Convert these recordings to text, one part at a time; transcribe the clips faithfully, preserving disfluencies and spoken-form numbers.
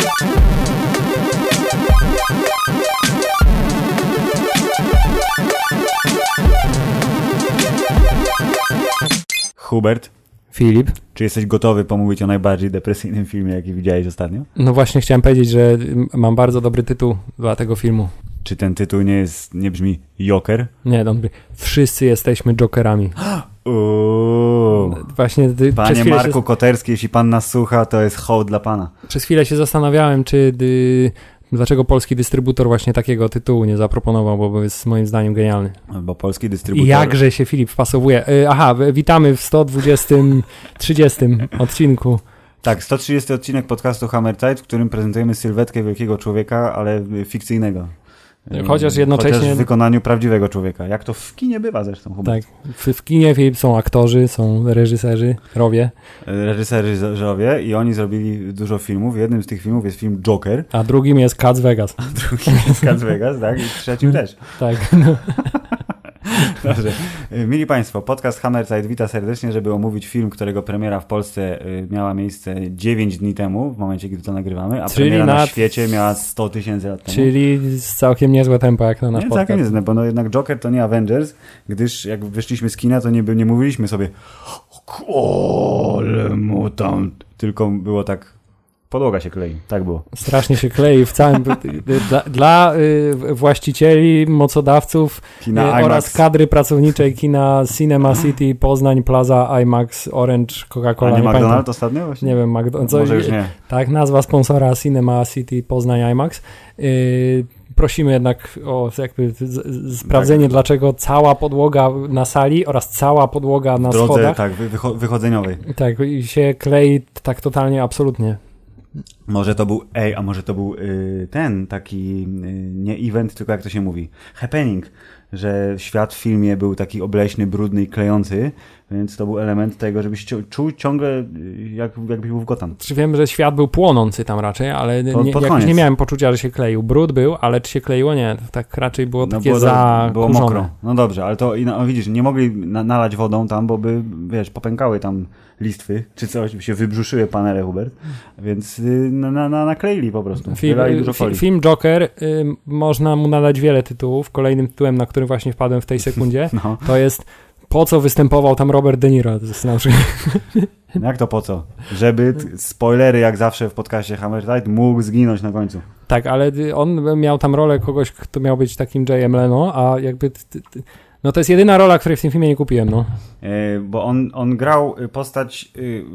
Hubert. Filip. Czy jesteś gotowy pomówić o najbardziej depresyjnym filmie, jaki widziałeś ostatnio? No właśnie chciałem powiedzieć, że mam bardzo dobry tytuł dla tego filmu. Czy ten tytuł nie jest, nie brzmi Joker? Nie, dobry. Wszyscy jesteśmy Jokerami. Uuu. Właśnie ty, Panie Marku się... Koterski, jeśli pan nas słucha, to jest hołd dla pana. Przez chwilę się zastanawiałem, czy dy... dlaczego polski dystrybutor właśnie takiego tytułu nie zaproponował, bo jest moim zdaniem genialny. Bo polski dystrybutor... I jakże się Filip wpasowuje. Aha, witamy w sto dwudziestym trzydziestym odcinku. Tak, sto trzydziesty odcinek podcastu Hammerzeit, w którym prezentujemy sylwetkę wielkiego człowieka, ale fikcyjnego. Chociaż jednocześnie... Chociaż w wykonaniu prawdziwego człowieka. Jak to w kinie bywa zresztą. Hubert. Tak, w, w kinie są aktorzy, są reżyserzy, rowie. Reżyserowie i oni zrobili dużo filmów. Jednym z tych filmów jest film Joker. A drugim jest Cats Vegas. A drugim jest Cats Vegas, tak? I trzecim też. Tak, no. Dobrze. Mili Państwo, podcast Hammerzeit wita serdecznie, żeby omówić film, którego premiera w Polsce miała miejsce dziewięć dni temu, w momencie, gdy to nagrywamy, a czyli premiera na, na świecie miała sto tysięcy lat temu. Czyli całkiem niezłe tempo jak na nasz nie, podcast. Całkiem niezłe, bo no jednak Joker to nie Avengers, gdyż jak wyszliśmy z kina, to nie, nie mówiliśmy sobie ale mu tam, tylko było tak... Podłoga się klei, tak było. Strasznie się klei w całym... dla dla y, właścicieli, mocodawców y, oraz kadry pracowniczej kina Cinema City, Poznań, Plaza, IMAX, Orange, Coca-Cola. A nie, nie McDonald's ostatnio? Właśnie? Nie wiem, McDonald's. Może już nie. Tak, nazwa sponsora Cinema City, Poznań, IMAX. Y, prosimy jednak o jakby z, z, sprawdzenie, tak. Dlaczego cała podłoga na sali oraz cała podłoga na w drodze, schodach... tak, wycho- wychodzeniowej. Tak, i się klei tak totalnie, absolutnie. Może to był, ej, a może to był y, ten taki, y, nie event, tylko jak to się mówi, happening, że świat w filmie był taki obleśny, brudny i klejący, więc to był element tego, żebyś czuł ciągle, jak, jakbyś był w Gotham. Czy wiem, że świat był płonący tam raczej, ale Pod, nie, jakoś nie miałem poczucia, że się kleił. Brud był, ale czy się kleiło? Nie. Tak raczej było no takie było, zakurzone. Było mokro. No dobrze, ale to, no, widzisz, nie mogli na, nalać wodą tam, bo by, wiesz, popękały tam listwy, czy coś, by się wybrzuszyły panele, Hubert, więc y, na, na, nakleili po prostu. Film, fi, film Joker, y, można mu nadać wiele tytułów. Kolejnym tytułem, na który właśnie wpadłem w tej sekundzie, no. To jest po co występował tam Robert De Niro? To jest na przykład... Jak to po co? Żeby, spoilery jak zawsze w podcaście Hammerzeit, mógł zginąć na końcu. Tak, ale on miał tam rolę kogoś, kto miał być takim Jayem Leno, a jakby... Ty, ty, no to jest jedyna rola, której w tym filmie nie kupiłem, no. Yy, bo on, on grał postać,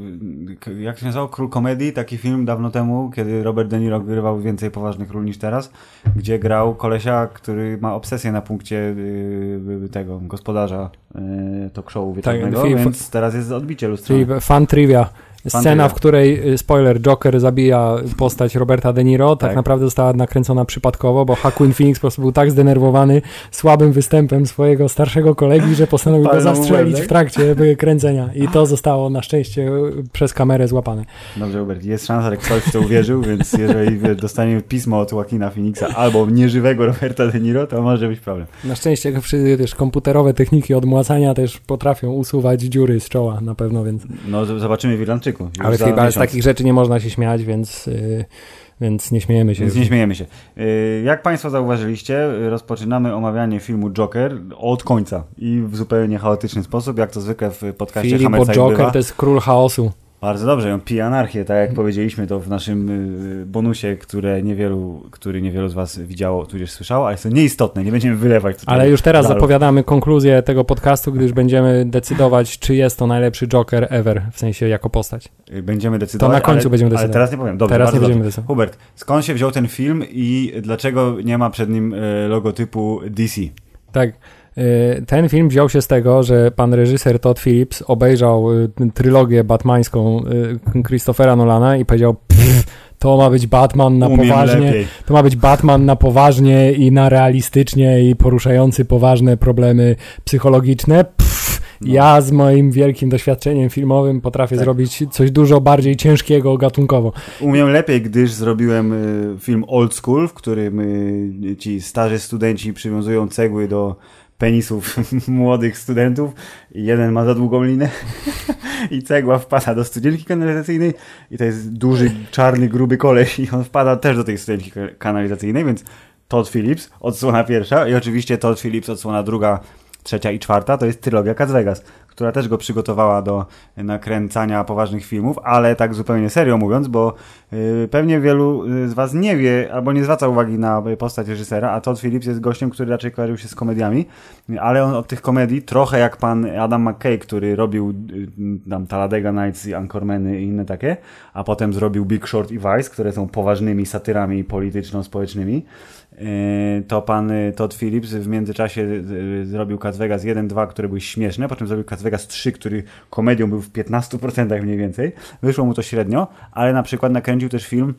yy, jak się nazywał? Król Komedii, taki film dawno temu, kiedy Robert De Niro grywał więcej poważnych ról niż teraz, gdzie grał kolesia, który ma obsesję na punkcie yy, tego gospodarza yy, talk showu wieczornego, tak, więc teraz jest odbicie lustrane. Czyli fan trivia. Scena, w której, spoiler, Joker zabija postać Roberta De Niro, tak, tak naprawdę została nakręcona przypadkowo, bo Joaquin Phoenix po prostu był tak zdenerwowany słabym występem swojego starszego kolegi, że postanowił go zastrzelić w trakcie kręcenia. I to zostało na szczęście przez kamerę złapane. Dobrze, Hubert, jest szansa, że ktoś w to uwierzył, więc jeżeli dostaniemy pismo od Joaquina Phoenixa albo nieżywego Roberta De Niro, to może być problem. Na szczęście wiesz, komputerowe techniki odmłacania też potrafią usuwać dziury z czoła na pewno, więc... No zobaczymy w Irlandczyku. Ale chyba z takich rzeczy nie można się śmiać, więc, yy, więc nie śmiejemy się. Więc nie śmiejemy się. Yy, jak Państwo zauważyliście, rozpoczynamy omawianie filmu Joker od końca i w zupełnie chaotyczny sposób, jak to zwykle w podcaście Hammerzeit Joker bywa. To jest król chaosu. Bardzo dobrze, on pije anarchię, tak jak powiedzieliśmy to w naszym bonusie, które niewielu, który niewielu z Was widziało, tudzież słyszało, ale jest to nieistotne, nie będziemy wylewać tutaj. Ale już teraz dalej zapowiadamy konkluzję tego podcastu, gdyż będziemy decydować, czy jest to najlepszy Joker ever, w sensie jako postać. Będziemy decydować. To na końcu ale, będziemy decydować. Ale teraz nie powiem. Dobrze, teraz nie będziemy dobrze. decydować. Hubert, skąd się wziął ten film i dlaczego nie ma przed nim logotypu D C? Tak. Ten film wziął się z tego, że pan reżyser Todd Phillips obejrzał trylogię batmańską Christophera Nolana i powiedział, to ma być Batman na Umiem poważnie, lepiej. to ma być Batman na poważnie i na realistycznie i poruszający poważne problemy psychologiczne. Pff, no. Ja z moim wielkim doświadczeniem filmowym potrafię tak. zrobić coś dużo bardziej ciężkiego gatunkowo. Umiem lepiej, gdyż zrobiłem y, film Old School, w którym y, ci starzy studenci przywiązują cegły do penisów młodych studentów i jeden ma za długą linę i cegła wpada do studzienki kanalizacyjnej i to jest duży, czarny, gruby koleś i on wpada też do tej studzienki kanalizacyjnej, więc Todd Phillips, odsłona pierwsza i oczywiście Todd Phillips, odsłona druga, trzecia i czwarta, to jest trylogia Cats Vegas, która też go przygotowała do nakręcania poważnych filmów, ale tak zupełnie serio mówiąc, bo yy, pewnie wielu z was nie wie, albo nie zwraca uwagi na postać reżysera, a Todd Phillips jest gościem, który raczej kojarzył się z komediami, ale on od tych komedii, trochę jak pan Adam McKay, który robił yy, tam Talladega Nights i Anchormany i inne takie, a potem zrobił Big Short i Vice, które są poważnymi satyrami polityczno-społecznymi, to pan Todd Phillips w międzyczasie zrobił Cats Vegas jeden, dwa, które były śmieszne, potem zrobił Cats Vegas trzy, który komedią był w piętnastu procentach mniej więcej. Wyszło mu to średnio, ale na przykład nakręcił też film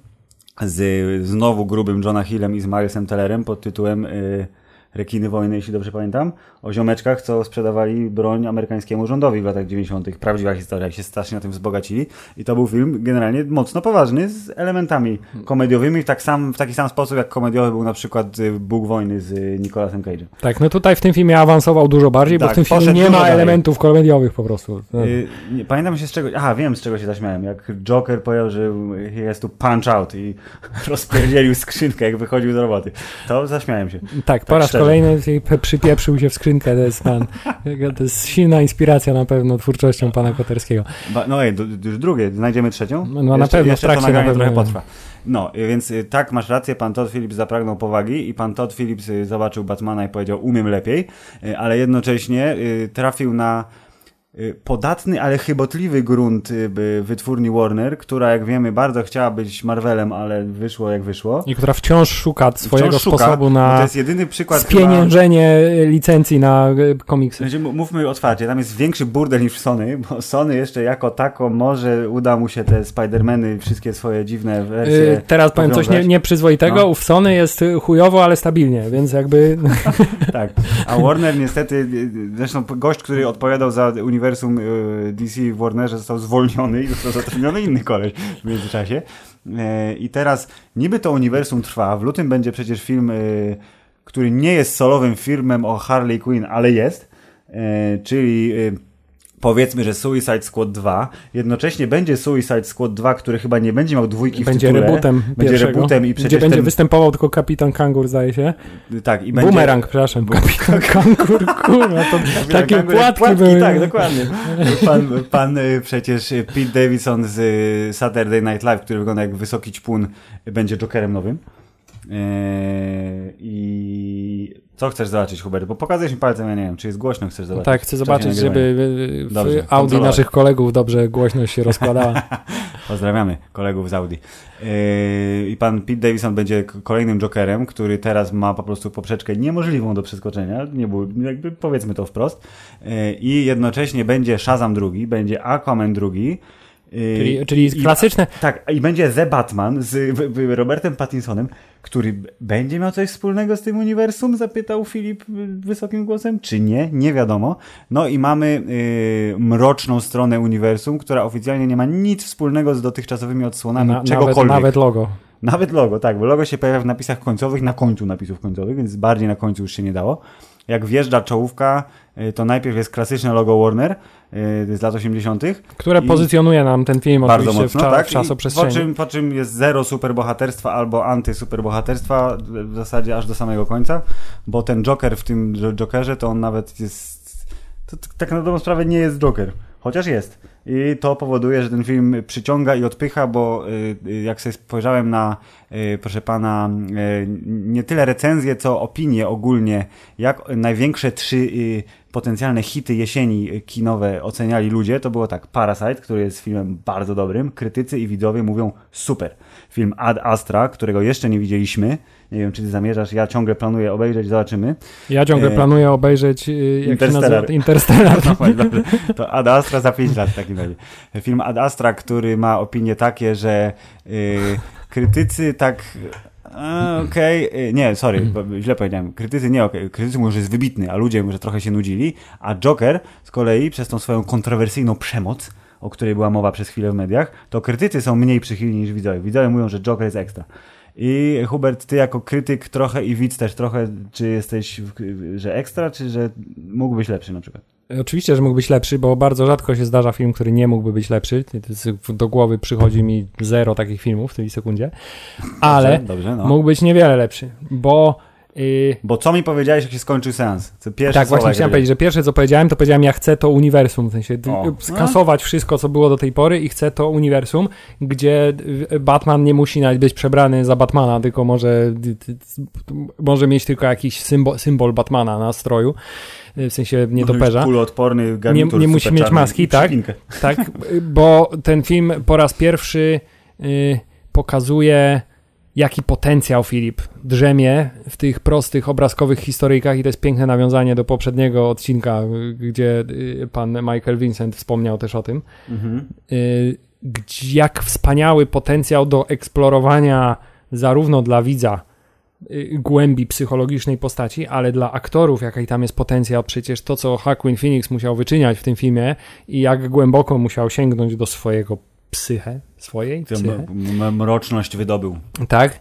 z znowu grubym Johna Hillem i z Milesem Tellerem pod tytułem y, Rekiny wojny, jeśli dobrze pamiętam, o ziomeczkach, co sprzedawali broń amerykańskiemu rządowi w latach dziewięćdziesiątych. Prawdziwa historia, jak się strasznie na tym wzbogacili. I to był film generalnie mocno poważny, z elementami komediowymi, w, tak sam, w taki sam sposób, jak komediowy był na przykład Bóg wojny z Nicolasem Cage'em. Tak, no tutaj w tym filmie awansował dużo bardziej, tak, bo w tym filmie nie ma dalej. elementów komediowych po prostu. Yy, nie, pamiętam się z czego, aha, wiem z czego się zaśmiałem, jak Joker powiedział, że he has to punch out i rozpierdzielił skrzynkę, jak wychodził z roboty. To zaśmiałem się. Tak, po raz kolejny kolejny przypieprzył się w skrzynkę, to jest pan, to jest silna inspiracja na pewno twórczością pana Koterskiego. Ba, no ej, już drugie, znajdziemy trzecią? No, no na pewno, jeszcze w trakcie to nagranie na pewno trochę potrwa. No, więc tak, masz rację, pan Todd Phillips zapragnął powagi i pan Todd Phillips zobaczył Batmana i powiedział, umiem lepiej, ale jednocześnie trafił na podatny, ale chybotliwy grunt wytwórni Warner, która, jak wiemy, bardzo chciała być Marvelem, ale wyszło jak wyszło. I która wciąż szuka swojego wciąż szuka, sposobu na to jest jedyny przykład spieniężenie chyba licencji na komiksy. Znaczy, mówmy otwarcie, tam jest większy burdel niż w Sony, bo Sony jeszcze jako tako może uda mu się te Spider-Many, wszystkie swoje dziwne wersje yy, Teraz powiem coś nie, nieprzyzwoitego, no. W Sony jest chujowo, ale stabilnie, więc jakby... Tak, a Warner niestety, zresztą gość, który odpowiadał za uniwersum D C w Warnerze, został zwolniony i został zatrudniony inny koleś w międzyczasie. I teraz niby to uniwersum trwa. W lutym będzie przecież film, który nie jest solowym filmem o Harley Quinn, ale jest, czyli powiedzmy, że Suicide Squad dwa. Jednocześnie będzie Suicide Squad dwa, który chyba nie będzie miał dwójki będzie w tytule. Rebootem będzie pierwszego. rebootem i przecież gdzie będzie ten... występował tylko Kapitan Kangur, zdaje się. Tak. I Boomerang, będzie... przepraszam. Kapitan Kangur, kurwa, to takie Kangur, płatki, płatki były. Tak, dokładnie. Pan, pan przecież Pete Davidson z Saturday Night Live, który wygląda jak wysoki ćpun, będzie Jokerem nowym. I co chcesz zobaczyć, Hubert? Bo pokazujesz mi palcem, ja nie wiem, czy jest głośno, chcesz zobaczyć. Tak, chcę zobaczyć, żeby w dobrze, Audi kontrolować. Naszych kolegów dobrze głośność się rozkładała. Pozdrawiamy kolegów z Audi. I pan Pete Davidson będzie kolejnym Jokerem, który teraz ma po prostu poprzeczkę niemożliwą do przeskoczenia, nie był, jakby powiedzmy to wprost. I jednocześnie będzie Shazam drugi, będzie Aquaman drugi. Czyli, czyli klasyczne. I, tak, i będzie The Batman z Robertem Pattinsonem, który będzie miał coś wspólnego z tym uniwersum? Zapytał Filip wysokim głosem. Czy nie? Nie wiadomo. No i mamy yy, mroczną stronę uniwersum, która oficjalnie nie ma nic wspólnego z dotychczasowymi odsłonami Na, czegokolwiek. Nawet, nawet logo. Nawet logo, tak, bo logo się pojawia w napisach końcowych, na końcu napisów końcowych, więc bardziej na końcu już się nie dało. Jak wjeżdża czołówka, to najpierw jest klasyczne logo Warner z lat osiemdziesiątych. Które pozycjonuje nam ten film bardzo oczywiście mocno, w, cza- tak? w czasoprzestrzeni. Po czym, po czym jest zero superbohaterstwa albo antysuperbohaterstwa w zasadzie aż do samego końca, bo ten Joker w tym Jokerze to on nawet jest... To, to, tak na dobrą sprawę nie jest Joker, chociaż jest. I to powoduje, że ten film przyciąga i odpycha, bo y, jak sobie spojrzałem na, y, proszę pana, y, nie tyle recenzje, co opinie ogólnie, jak największe trzy y, potencjalne hity jesieni kinowe oceniali ludzie, to było tak: Parasite, który jest filmem bardzo dobrym, krytycy i widzowie mówią super. Film Ad Astra, którego jeszcze nie widzieliśmy, nie wiem, czy ty zamierzasz, ja ciągle planuję obejrzeć, zobaczymy. Ja ciągle e... planuję obejrzeć jak Interstellar. Interstellar. No, dobrze. To Ad Astra za pięć lat w takim razie. Film Ad Astra, który ma opinie takie, że yy, krytycy tak... Okej, okay. Nie, sorry, bo źle powiedziałem. Krytycy nie, okej. Okay. Krytycy mówią, że jest wybitny, a ludzie mówią, że trochę się nudzili, a Joker z kolei przez tą swoją kontrowersyjną przemoc, o której była mowa przez chwilę w mediach, to krytycy są mniej przychylni niż widzowie. Widzowie mówią, że Joker jest ekstra. I Hubert, ty jako krytyk trochę i widz też trochę, czy jesteś, że ekstra, czy że mógłbyś lepszy na przykład? Oczywiście, że mógł być lepszy, bo bardzo rzadko się zdarza film, który nie mógłby być lepszy. Do głowy przychodzi mi zero takich filmów w tej sekundzie, ale dobrze, dobrze, no. mógł być niewiele lepszy, bo... Yy... Bo co mi powiedziałeś, jak się skończył seans? Co pierwsze tak, właśnie chciałem powiedzieć, że pierwsze co powiedziałem, to powiedziałem, ja chcę to uniwersum, w sensie o. skasować no. wszystko, co było do tej pory i chcę to uniwersum, gdzie Batman nie musi nawet być przebrany za Batmana, tylko może, może mieć tylko jakiś symbol, symbol Batmana na stroju. W sensie nietoperza. Kuloodporny garnitur, nie, nie musi mieć maski, tak, tak, bo ten film po raz pierwszy y, pokazuje, jaki potencjał Filip drzemie w tych prostych, obrazkowych historyjkach i to jest piękne nawiązanie do poprzedniego odcinka, gdzie y, pan Michael Vincent wspomniał też o tym. Mhm. Y, gdzie, jak wspaniały potencjał do eksplorowania zarówno dla widza głębi psychologicznej postaci, ale dla aktorów, jaki tam jest potencjał, przecież to, co Joaquin Phoenix musiał wyczyniać w tym filmie i jak głęboko musiał sięgnąć do swojego psyche, swojej psyche. M- mroczność wydobył. Tak.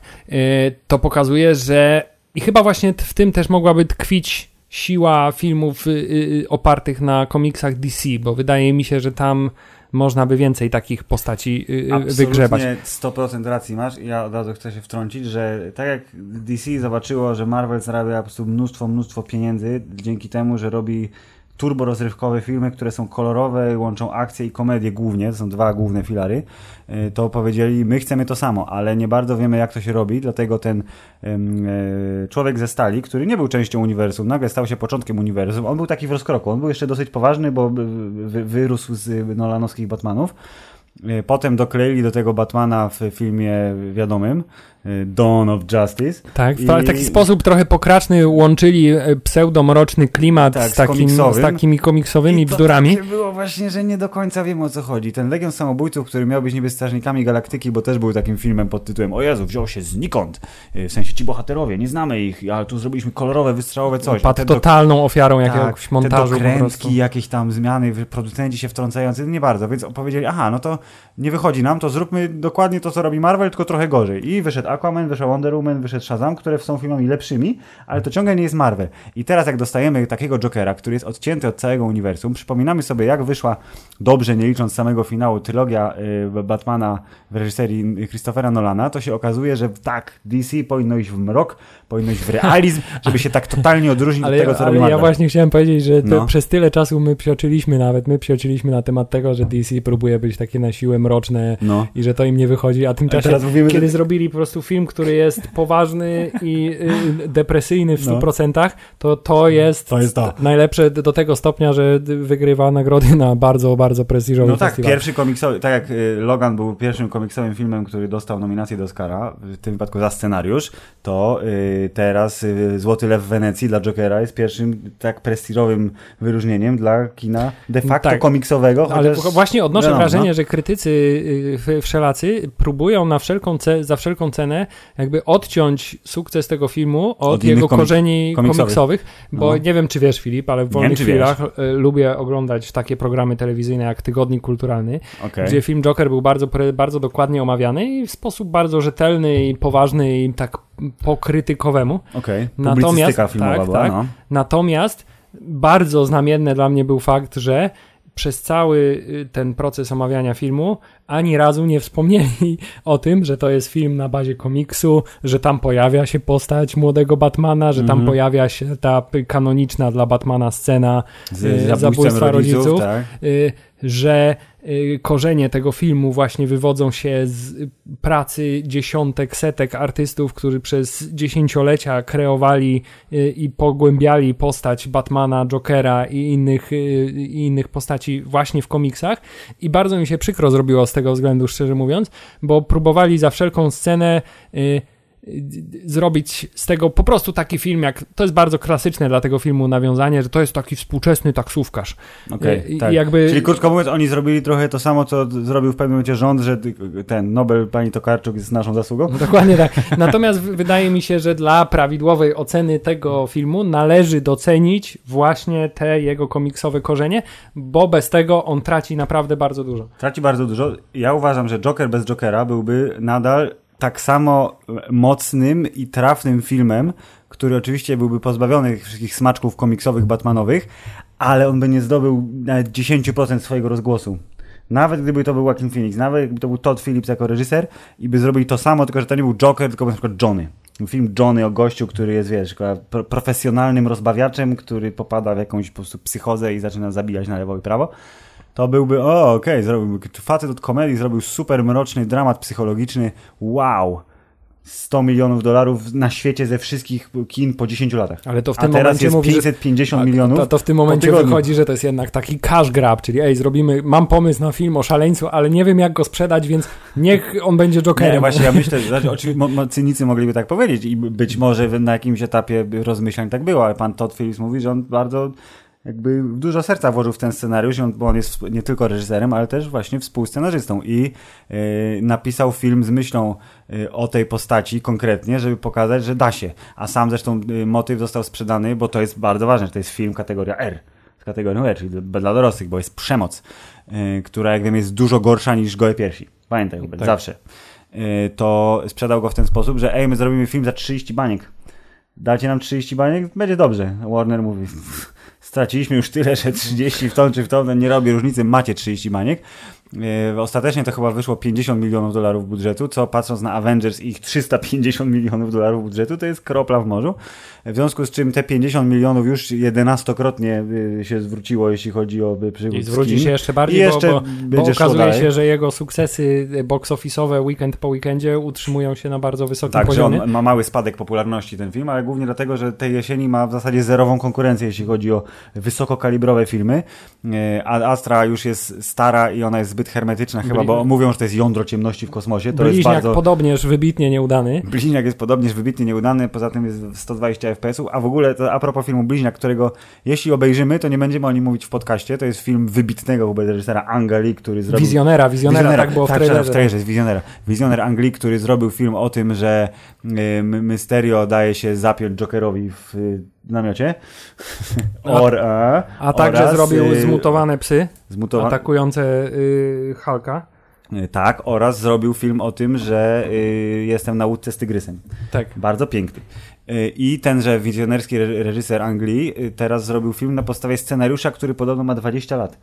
To pokazuje, że i chyba właśnie w tym też mogłaby tkwić siła filmów opartych na komiksach D C, bo wydaje mi się, że tam można by więcej takich postaci yy, wygrzebać. Absolutnie sto procent racji masz. Ja od razu chcę się wtrącić, że tak jak D C zobaczyło, że Marvel zarabia po prostu mnóstwo, mnóstwo pieniędzy dzięki temu, że robi turbo rozrywkowe filmy, które są kolorowe, łączą akcję i komedię głównie, to są dwa główne filary, to powiedzieli, my chcemy to samo, ale nie bardzo wiemy, jak to się robi, dlatego ten um, Człowiek ze Stali, który nie był częścią uniwersum, nagle stał się początkiem uniwersum, on był taki w rozkroku, on był jeszcze dosyć poważny, bo wy, wyrósł z nolanowskich Batmanów. Potem dokleili do tego Batmana w filmie wiadomym Dawn of Justice. Tak, w I... taki sposób trochę pokraczny łączyli pseudomroczny klimat tak, z, takim, z takimi komiksowymi I to bzdurami. To było właśnie, że nie do końca wiemy, o co chodzi. Ten Legion Samobójców, który miał być niby strażnikami Galaktyki, bo też był takim filmem pod tytułem o Jezu, wziął się znikąd. W sensie ci bohaterowie, nie znamy ich, ale tu zrobiliśmy kolorowe, wystrzałowe coś. Padł totalną do... ofiarą jakiegoś tak, montażu. Te dokrętki, jakieś tam zmiany, producenci się wtrącający, nie bardzo. Więc powiedzieli, aha, no to nie wychodzi nam, to zróbmy dokładnie to, co robi Marvel, tylko trochę gorzej. I wyszedł Aquaman, wyszedł Wonder Woman, wyszedł Shazam, które są filmami lepszymi, ale to ciągle nie jest Marvel. I teraz jak dostajemy takiego Jokera, który jest odcięty od całego uniwersum, przypominamy sobie, jak wyszła dobrze, nie licząc samego finału, trylogia y, Batmana w reżyserii Christophera Nolana, to się okazuje, że tak, D C powinno iść w mrok, powinno iść w realizm, żeby się tak totalnie odróżnić ale od tego, ja, co robi Marvel. Ja właśnie chciałem powiedzieć, że no. przez tyle czasu my psioczyliśmy nawet, my psioczyliśmy na temat tego, że D C próbuje być takie na siłę mroczne no. i że to im nie wychodzi, a tymczasem, mówimy, kiedy że... zrobili po prostu film, który jest poważny i y, depresyjny w stu procentach, to to jest, to jest to. najlepsze do tego stopnia, że wygrywa nagrody na bardzo, bardzo prestiżowym No tak, festiwalu. pierwszy komiksowy, tak jak Logan był pierwszym komiksowym filmem, który dostał nominację do Oscara, w tym wypadku za scenariusz, to y, teraz y, Złoty Lew w Wenecji dla Jokera jest pierwszym tak prestiżowym wyróżnieniem dla kina de facto tak, komiksowego. Ale właśnie odnoszę no, wrażenie, no. że krytycy y, wszelacy próbują na wszelką ce- za wszelką cenę jakby odciąć sukces tego filmu od, od jego komik- korzeni komiksowych, komiksowych bo no. nie wiem, czy wiesz, Filip, ale w wolnych wiem, chwilach y, lubię oglądać takie programy telewizyjne jak Tygodnik Kulturalny, okay. gdzie film Joker był bardzo, bardzo dokładnie omawiany i w sposób bardzo rzetelny i poważny i tak po krytykowemu. Okay. Publicystyka filmowa tak, była, tak, no. Natomiast bardzo znamienny dla mnie był fakt, że przez cały ten proces omawiania filmu ani razu nie wspomnieli o tym, że to jest film na bazie komiksu, że tam pojawia się postać młodego Batmana, że tam mm-hmm. pojawia się ta kanoniczna dla Batmana scena z zabójstwa rodziców, rodziców tak. że korzenie tego filmu właśnie wywodzą się z pracy dziesiątek, setek artystów, którzy przez dziesięciolecia kreowali i pogłębiali postać Batmana, Jokera i innych, i innych postaci właśnie w komiksach i bardzo mi się przykro zrobiło z tego względu, szczerze mówiąc, bo próbowali za wszelką scenę zrobić z tego po prostu taki film, jak to jest bardzo klasyczne dla tego filmu nawiązanie, że to jest taki współczesny taksówkarz. Okay, I, tak. jakby... Czyli krótko mówiąc, oni zrobili trochę to samo, co zrobił w pewnym momencie rząd, że ten Nobel pani Tokarczuk jest naszą zasługą. No, dokładnie tak. Natomiast wydaje mi się, że dla prawidłowej oceny tego filmu należy docenić właśnie te jego komiksowe korzenie, bo bez tego on traci naprawdę bardzo dużo. Traci bardzo dużo. Ja uważam, że Joker bez Jokera byłby nadal tak samo mocnym i trafnym filmem, który oczywiście byłby pozbawiony wszystkich smaczków komiksowych, batmanowych, ale on by nie zdobył nawet dziesięć procent swojego rozgłosu. Nawet gdyby to był Joaquin Phoenix, nawet gdyby to był Todd Phillips jako reżyser i by zrobili to samo, tylko że to nie był Joker, tylko na przykład Johnny. Film Johnny o gościu, który jest, wiesz, pro- profesjonalnym rozbawiaczem, który popada w jakąś po prostu psychozę i zaczyna zabijać na lewo i prawo. To byłby, o okej, okay, zrobiłby, facet od komedii zrobił super mroczny dramat psychologiczny, wow, sto milionów dolarów na świecie ze wszystkich kin po dziesięciu latach. Ale to w tym A teraz momencie jest mówisz, pięćset pięćdziesiąt milionów. To, to w tym momencie wychodzi, że to jest jednak taki cash grab, czyli ej, zrobimy, mam pomysł na film o szaleńcu, ale nie wiem jak go sprzedać, więc niech on będzie Jokerem. Nie, właśnie ja myślę, że oczywiście mo- cynicy mogliby tak powiedzieć i być może na jakimś etapie rozmyślań tak było, ale pan Todd Phillips mówi, że on bardzo jakby dużo serca włożył w ten scenariusz, bo on jest nie tylko reżyserem, ale też właśnie współscenarzystą i yy, napisał film z myślą yy, o tej postaci konkretnie, żeby pokazać, że da się. A sam zresztą yy, motyw został sprzedany, bo to jest bardzo ważne, że to jest film kategoria R, z kategorią R, czyli dla dorosłych, bo jest przemoc, yy, która jak wiem jest dużo gorsza niż gołe piersi. Pamiętaj, Hubert, tak. Zawsze. Yy, to sprzedał go w ten sposób, że ej, my zrobimy film za trzydzieści baniek. Dacie nam trzydzieści baniek? Będzie dobrze. Warner mówi... Straciliśmy już tyle, że trzydzieści w tą czy w tą, no nie robi różnicy, macie trzydzieści baniek. Yy, ostatecznie to chyba wyszło pięćdziesiąt milionów dolarów budżetu, co patrząc na Avengers i ich trzysta pięćdziesiąt milionów dolarów budżetu, to jest kropla w morzu. W związku z czym te pięćdziesiąt milionów już jedenastokrotnie yy, się zwróciło, jeśli chodzi o przywód. I zwróci się jeszcze bardziej, I jeszcze bo, bo, bo okazuje się, że jego sukcesy box office'owe weekend po weekendzie utrzymują się na bardzo wysokim tak, poziomie. Tak, że on ma mały spadek popularności ten film, ale głównie dlatego, że tej jesieni ma w zasadzie zerową konkurencję, jeśli chodzi o wysokokalibrowe filmy. A Astra już jest stara i ona jest zbyt hermetyczna chyba, Bli... bo mówią, że to jest jądro ciemności w kosmosie. To Bliźniak jest bardzo... podobnież wybitnie nieudany. Bliźniak jest podobnież wybitnie nieudany, poza tym jest sto dwadzieścia ef pe esów, a w ogóle to a propos filmu Bliźniak, którego jeśli obejrzymy, to nie będziemy o nim mówić w podcaście, to jest film wybitnego reżysera Anga Lee, który zrobił... Wizjonera, wizjonera, wizjonera tak było tak, w trailerze. w trailerze jest wizjonera. Wizjoner Ang Lee, który zrobił film o tym, że y, Mysterio daje się zapiąć Jokerowi w y, namiocie. Or, a, a także oraz, zrobił y, zmutowane psy zmutowa- atakujące y, Hulka. Tak, oraz zrobił film o tym, że y, jestem na łódce z tygrysem. Tak. Bardzo piękny. Y, I tenże wizjonerski reżyser Ang Lee y, teraz zrobił film na podstawie scenariusza, który podobno ma dwadzieścia lat.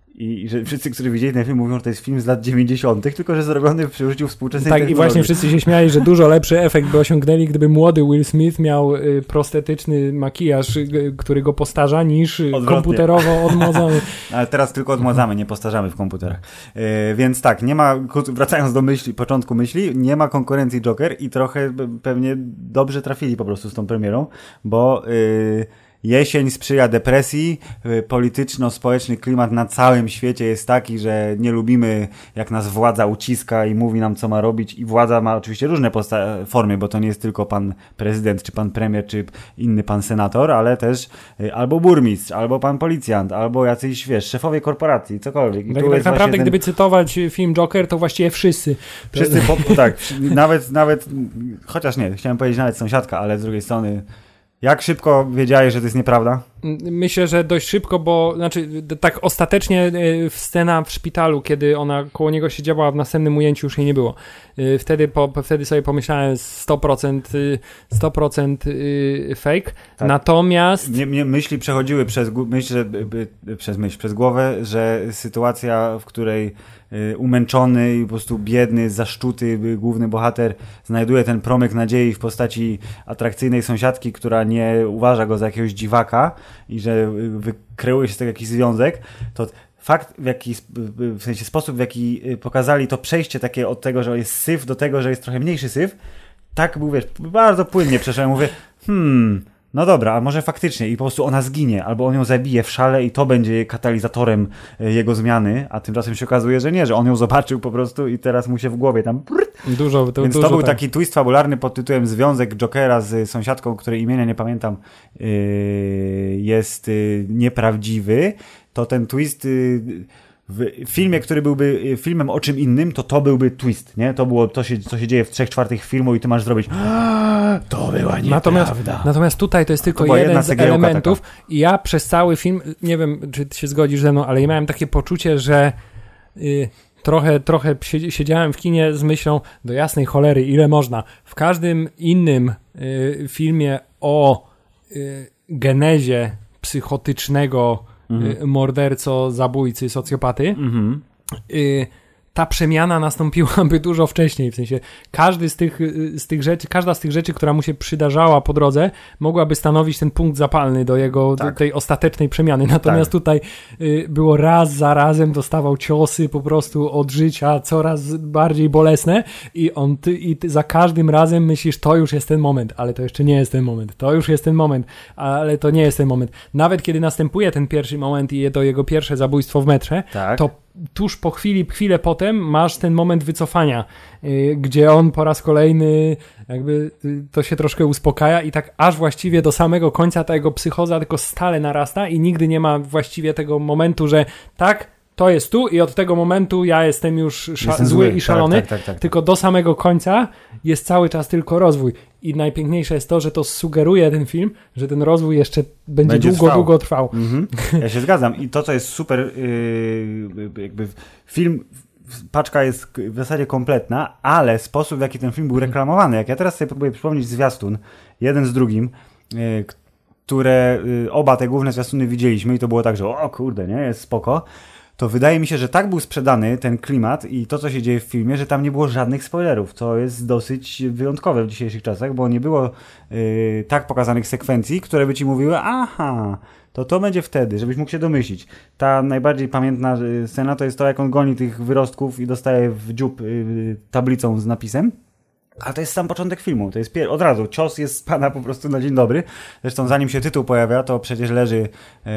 I że wszyscy, którzy widzieli ten film, mówią, że to jest film z lat dziewięćdziesiątych, tylko że zrobiony przy użyciu współczesnej tak, technologii. i właśnie wszyscy się śmiali, że dużo lepszy efekt by osiągnęli, gdyby młody Will Smith miał y, prostetyczny makijaż, y, który go postarza, niż y, komputerowo odmładzany. Ale teraz tylko odmładzamy, nie postarzamy w komputerach. Yy, więc tak, nie ma, wracając do myśli, początku myśli, nie ma konkurencji Joker i trochę pewnie dobrze trafili po prostu z tą premierą, bo... Yy, Jesień sprzyja depresji, polityczno-społeczny klimat na całym świecie jest taki, że nie lubimy jak nas władza uciska i mówi nam co ma robić i władza ma oczywiście różne posta- formy, bo to nie jest tylko pan prezydent, czy pan premier, czy inny pan senator, ale też albo burmistrz, albo pan policjant, albo jacyś, wiesz, szefowie korporacji, cokolwiek. I tak, tu tak jest naprawdę ten... gdyby cytować film Joker, to właściwie wszyscy. Wszyscy, po, tak, nawet, nawet, chociaż nie, chciałem powiedzieć nawet sąsiadka, ale z drugiej strony jak szybko wiedziałeś, że to jest nieprawda? Myślę, że dość szybko, bo znaczy tak ostatecznie scena w szpitalu, kiedy ona koło niego siedziała, a w następnym ujęciu już jej nie było. Wtedy, po, wtedy sobie pomyślałem sto procent, sto procent fake. Tak. Natomiast... Nie, nie, myśli przechodziły przez, myśl, że, by, przez myśl, przez głowę, że sytuacja, w której umęczony i po prostu biedny, zaszczuty główny bohater znajduje ten promyk nadziei w postaci atrakcyjnej sąsiadki, która nie uważa go za jakiegoś dziwaka i że wykreuje się z tego jakiś związek, to fakt, w jaki, w sensie sposób, w jaki pokazali to przejście takie od tego, że jest syf do tego, że jest trochę mniejszy syf, tak był, wiesz, bardzo płynnie przeszedłem. Mówię, hmm, no dobra, a może faktycznie i po prostu ona zginie, albo on ją zabije w szale i to będzie katalizatorem jego zmiany, a tymczasem się okazuje, że nie, że on ją zobaczył po prostu i teraz mu się w głowie tam... Dużo, to, Więc dużo to był tak. taki twist fabularny pod tytułem Związek Jokera z sąsiadką, której imienia nie pamiętam, yy, jest yy, nieprawdziwy. To ten twist... Yy, w filmie, który byłby filmem o czym innym, to to byłby twist, nie? To było to, się, co się dzieje w trzech czwartych filmu i ty masz zrobić to była nieprawda. Natomiast, natomiast tutaj to jest tylko to jeden z elementów taka. I ja przez cały film, nie wiem, czy ty się zgodzisz ze mną, ale ja miałem takie poczucie, że yy, trochę, trochę siedziałem w kinie z myślą, do jasnej cholery, ile można. W każdym innym y, filmie o y, genezie psychotycznego mhm. y, morderco, zabójcy, socjopaty, mhm. y, ta przemiana nastąpiłaby dużo wcześniej, w sensie każdy z tych, z tych rzeczy, każda z tych rzeczy, która mu się przydarzała po drodze, mogłaby stanowić ten punkt zapalny do jego, tak. do tej ostatecznej przemiany. Natomiast tak. tutaj y, było raz za razem, dostawał ciosy po prostu od życia, coraz bardziej bolesne i on ty, i ty za każdym razem myślisz, to już jest ten moment, ale to jeszcze nie jest ten moment, to już jest ten moment, ale to nie jest ten moment. Nawet kiedy następuje ten pierwszy moment i to jego pierwsze zabójstwo w metrze, tak. to tuż po chwili, chwilę potem masz ten moment wycofania, yy, gdzie on po raz kolejny jakby yy, to się troszkę uspokaja i tak aż właściwie do samego końca ta jego psychoza tylko stale narasta i nigdy nie ma właściwie tego momentu, że tak, to jest tu i od tego momentu ja jestem już sza- jestem zły, zły i szalony, tak, tak, tak, tak, tylko do samego końca jest cały czas tylko rozwój. I najpiękniejsze jest to, że to sugeruje ten film, że ten rozwój jeszcze będzie, będzie długo, trwał. długo trwał. Mhm. Ja się zgadzam. I to, co jest super, yy, jakby film, paczka jest w zasadzie kompletna, ale sposób, w jaki ten film był reklamowany, jak ja teraz sobie próbuję przypomnieć zwiastun, jeden z drugim, yy, które yy, oba te główne zwiastuny widzieliśmy i to było tak, że o kurde, nie, jest spoko, to wydaje mi się, że tak był sprzedany ten klimat i to, co się dzieje w filmie, że tam nie było żadnych spoilerów, co jest dosyć wyjątkowe w dzisiejszych czasach, bo nie było yy, tak pokazanych sekwencji, które by ci mówiły, aha, to to będzie wtedy, żebyś mógł się domyślić. Ta najbardziej pamiętna scena to jest to, jak on goni tych wyrostków i dostaje w dziób yy, tablicą z napisem. A to jest sam początek filmu, to jest pier- od razu, cios jest z pana po prostu na dzień dobry. Zresztą zanim się tytuł pojawia, to przecież leży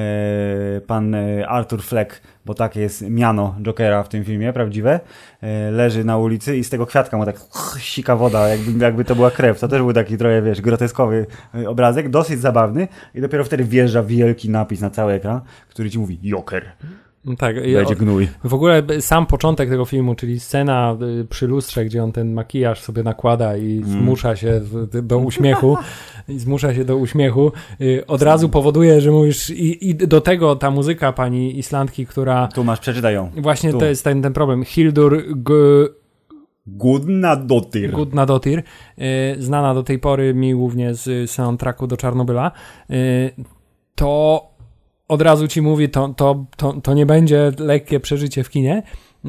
e, pan e, Arthur Fleck, bo takie jest miano Jokera w tym filmie, prawdziwe. E, leży na ulicy i z tego kwiatka mu tak sika woda, jakby, jakby to była krew. To też był taki trochę, wiesz, groteskowy obrazek, dosyć zabawny i dopiero wtedy wjeżdża wielki napis na cały ekran, który ci mówi Joker. Tak, będzie gnój. W ogóle sam początek tego filmu, czyli scena przy lustrze, gdzie on ten makijaż sobie nakłada i mm. zmusza się do uśmiechu, i zmusza się do uśmiechu, od razu powoduje, że mówisz i, i do tego ta muzyka pani Islandki, która... Tu masz, przeczytaj ją. Właśnie tu. To jest ten, ten problem. Hildur G... Gudnadottir. Gudnadottir, znana do tej pory mi głównie z soundtracku do Czarnobyla. To od razu ci mówi, to, to, to, to nie będzie lekkie przeżycie w kinie.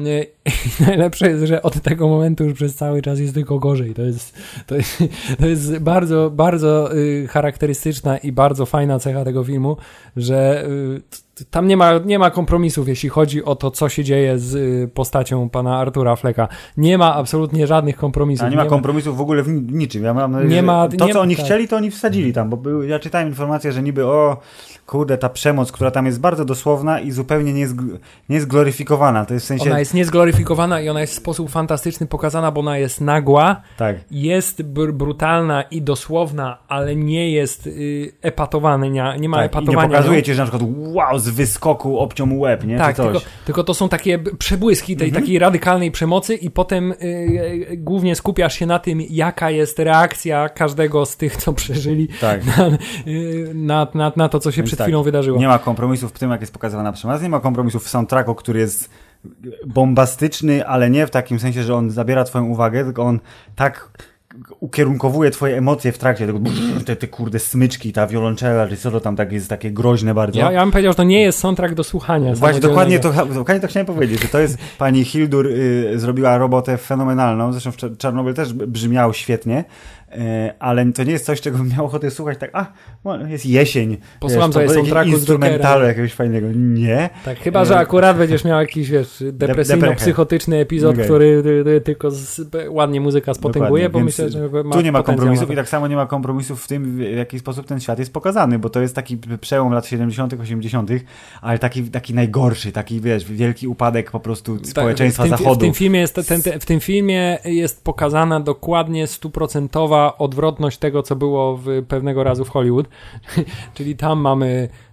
I najlepsze jest, że od tego momentu już przez cały czas jest tylko gorzej. To jest, to jest, to jest bardzo, bardzo y, charakterystyczna i bardzo fajna cecha tego filmu, że y, tam nie ma, nie ma kompromisów, jeśli chodzi o to, co się dzieje z y, postacią pana Artura Flecka. Nie ma absolutnie żadnych kompromisów. A nie ma nie kompromisów ma... w ogóle w niczym. Ja mam nadzieję, nie ma, to, co nie, oni tak. chcieli, to oni wsadzili tam, bo był, ja czytałem informację, że niby o kurde, ta przemoc, która tam jest bardzo dosłowna i zupełnie nie jest, nie jest gloryfikowana. To jest w sensie... Ona jest niezgloryfikowana i ona jest w sposób fantastyczny pokazana, bo ona jest nagła, tak. jest br- brutalna i dosłowna, ale nie jest y, epatowana, nie, nie ma tak, epatowania. I nie pokazuje ci, że na przykład wow, z wyskoku obciął mu łeb, nie? Tak, Czy coś. Tylko, tylko to są takie przebłyski tej mhm. takiej radykalnej przemocy i potem y, y, głównie skupiasz się na tym, jaka jest reakcja każdego z tych, co przeżyli tak. na, y, na, na, na to, co się Więc przed tak, chwilą wydarzyło. Nie ma kompromisów w tym, jak jest pokazywana przemoc, nie ma kompromisów w soundtracku, który jest bombastyczny, ale nie w takim sensie, że on zabiera twoją uwagę, tylko on tak ukierunkowuje twoje emocje w trakcie tego, te, te kurde smyczki, ta wiolonczela, czy co to tam tak jest takie groźne bardzo. Ja, ja bym powiedział, że to nie jest soundtrack do słuchania. Właśnie dokładnie to, dokładnie to chciałem powiedzieć, że to jest, pani Hildur y, zrobiła robotę fenomenalną, zresztą w Czarnobyl też brzmiał świetnie, y, ale to nie jest coś, czego bym miał ochotę słuchać tak, a, jest jesień. Posłucham sobie soundtracku instrumentalu jakiegoś fajnego. Nie. Tak, chyba, że akurat będziesz miał jakiś, wiesz, depresyjno-psychotyczny epizod, okay. który y, y, tylko z, ładnie muzyka spotęguje, bo myślę, że ma tu nie ma kompromisów i tak samo nie ma kompromisów w tym, w jaki sposób ten świat jest pokazany, bo to jest taki przełom lat siedemdziesiątych, osiemdziesiątych, ale taki, taki najgorszy, taki, wiesz, wielki upadek po prostu społeczeństwa tak, w tym, zachodu. W tym filmie jest, ten, ten, w tym filmie jest pokazana dokładnie stuprocentowa odwrotność tego, co było w pewnego razu w Hollywood, czyli tam mamy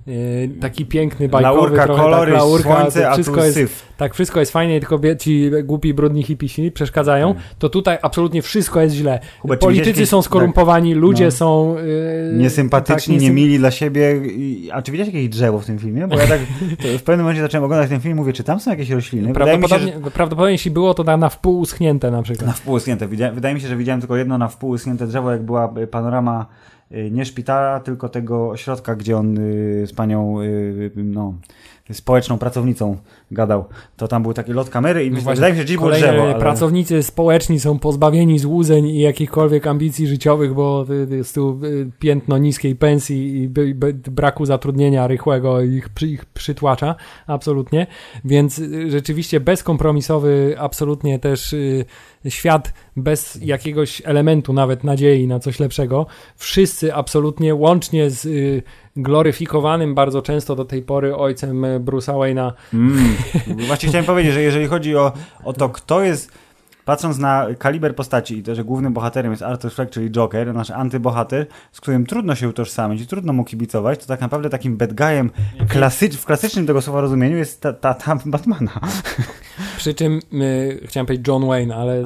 taki piękny, bajkowy, laurka, trochę kolory, tak, laurka, słońce, a wszystko tu jest, syf. tak, wszystko jest fajnie, tylko ci głupi, brudni hipisi przeszkadzają, hmm. to tutaj absolutnie wszystko jest źle. Hubert, politycy są skorumpowani, tak, ludzie no. są yy, niesympatyczni, tak, niemili dla siebie. I, a czy widziałeś jakieś drzewo w tym filmie? Bo ja tak w pewnym momencie zacząłem oglądać ten film i mówię, czy tam są jakieś rośliny? Prawdopodobnie, się, że... prawdopodobnie jeśli było to na, na wpół uschnięte na przykład. Na wpół uschnięte. Wydaje mi się, że widziałem tylko jedno na wpół uschnięte drzewo, jak była panorama nie szpitala, tylko tego ośrodka, gdzie on y, z panią y, no, społeczną pracownicą gadał. To tam był taki lot kamery i no myślę, wydaje mi się, że dziś było drzewo. Ale... Pracownicy społeczni są pozbawieni złudzeń i jakichkolwiek ambicji życiowych, bo jest tu piętno niskiej pensji i braku zatrudnienia rychłego ich, ich przytłacza. Absolutnie. Więc rzeczywiście bezkompromisowy, absolutnie też y, świat bez jakiegoś elementu nawet nadziei na coś lepszego. Wszyscy absolutnie, łącznie z y, gloryfikowanym bardzo często do tej pory ojcem Bruce'a Wayne'a. Mm. Właśnie chciałem powiedzieć, że jeżeli chodzi o, o to, kto jest, patrząc na kaliber postaci i to, że głównym bohaterem jest Arthur Fleck, czyli Joker, nasz antybohater, z którym trudno się utożsamić i trudno mu kibicować, to tak naprawdę takim bad guyem klasycz, w klasycznym tego słowa rozumieniu jest ta, ta, ta Batmana. Przy czym y, chciałem powiedzieć John Wayne, ale...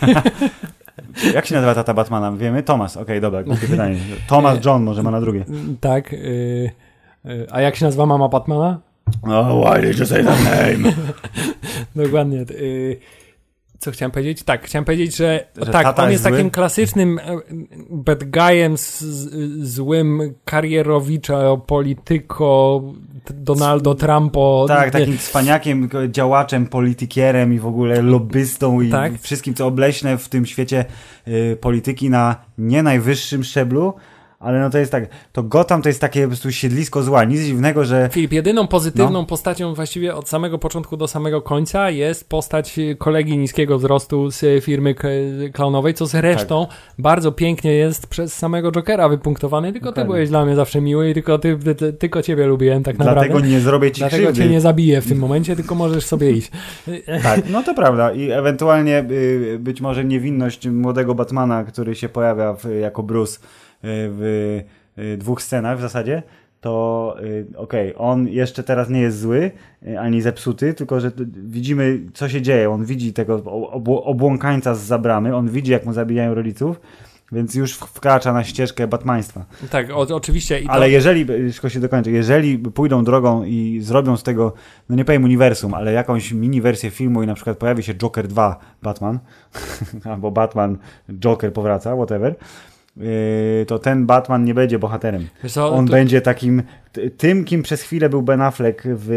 Jak się nazywa tata Batmana? Wiemy? Thomas. Okej, okay, dobra, głupie pytanie. Thomas John może ma na drugie. Tak. Y, y, a jak się nazywa mama Batmana? Oh, why did you say that name? Dokładnie. Y, co chciałem powiedzieć? Tak, chciałem powiedzieć, że, że tak, on jest zły? takim klasycznym bad guyem, z, z, złym karierowicza, polityko, Donaldo Trumpo. Tak, takim cwaniakiem, działaczem, politykierem i w ogóle lobbystą i tak? wszystkim, co obleśne w tym świecie y, polityki na nie najwyższym szczeblu. Ale no to jest tak, to Gotham to jest takie po prostu siedlisko zła, nic dziwnego, że... Filip, jedyną pozytywną no. postacią właściwie od samego początku do samego końca jest postać kolegi niskiego wzrostu z firmy klaunowej, co zresztą tak. bardzo pięknie jest przez samego Jokera wypunktowany, tylko Dokładnie. Ty byłeś dla mnie zawsze miły i tylko, ty, ty, tylko ciebie lubiłem tak naprawdę. Dlatego nie zrobię ci Dlatego krzywdy. cię nie zabiję w tym momencie, tylko możesz sobie iść. Tak, no to prawda i ewentualnie y, być może niewinność młodego Batmana, który się pojawia w, jako Bruce w dwóch scenach w zasadzie, to okej, okay, on jeszcze teraz nie jest zły, ani zepsuty, tylko że widzimy, co się dzieje. On widzi tego obł- obłąkańca z zabramy, on widzi, jak mu zabijają rodziców, więc już wkracza na ścieżkę batmaństwa. Tak, o, oczywiście. I to... Ale jeżeli, szybko się dokończę, jeżeli pójdą drogą i zrobią z tego, no nie powiem uniwersum, ale jakąś mini wersję filmu i na przykład pojawi się Joker dwa Batman, albo Batman Joker powraca, whatever, to ten Batman nie będzie bohaterem. Co, On to... będzie takim tym, kim przez chwilę był Ben Affleck w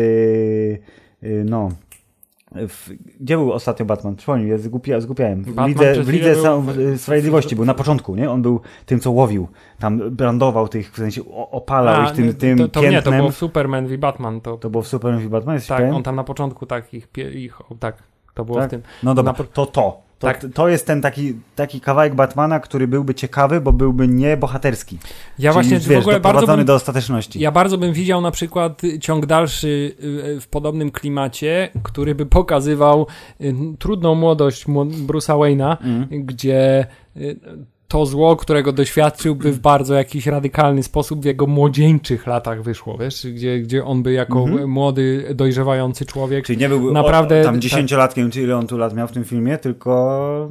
no w, gdzie był ostatnio Batman? Przypomnij, ja zgupia, zgupiałem. W Lidze, w Lidze był... Sprawiedliwości był na początku, nie? On był tym, co łowił. Tam brandował tych, w sensie opalał A, ich tym, nie, tym to, to piętnem. Nie, to było w Superman v Batman. To, to było w Superman v Batman? Jest tak, pewien? on tam na początku tak, ich, ich, tak to było tak? w tym. No dobra, na... to to. To, tak. to jest ten taki, taki kawałek Batmana, który byłby ciekawy, bo byłby nie bohaterski. Ja Czyli, właśnie wiesz, w ogóle bardzo bym, do ostateczności. Ja bardzo bym widział na przykład ciąg dalszy w podobnym klimacie, który by pokazywał trudną młodość Bruce'a Wayne'a, mm. gdzie to zło, którego doświadczyłby w bardzo jakiś radykalny sposób w jego młodzieńczych latach wyszło, wiesz, gdzie, gdzie on by jako mm-hmm. młody, dojrzewający człowiek czyli nie był naprawdę, o, tam dziesięciolatkiem, tak, czy ile on tu lat miał w tym filmie, tylko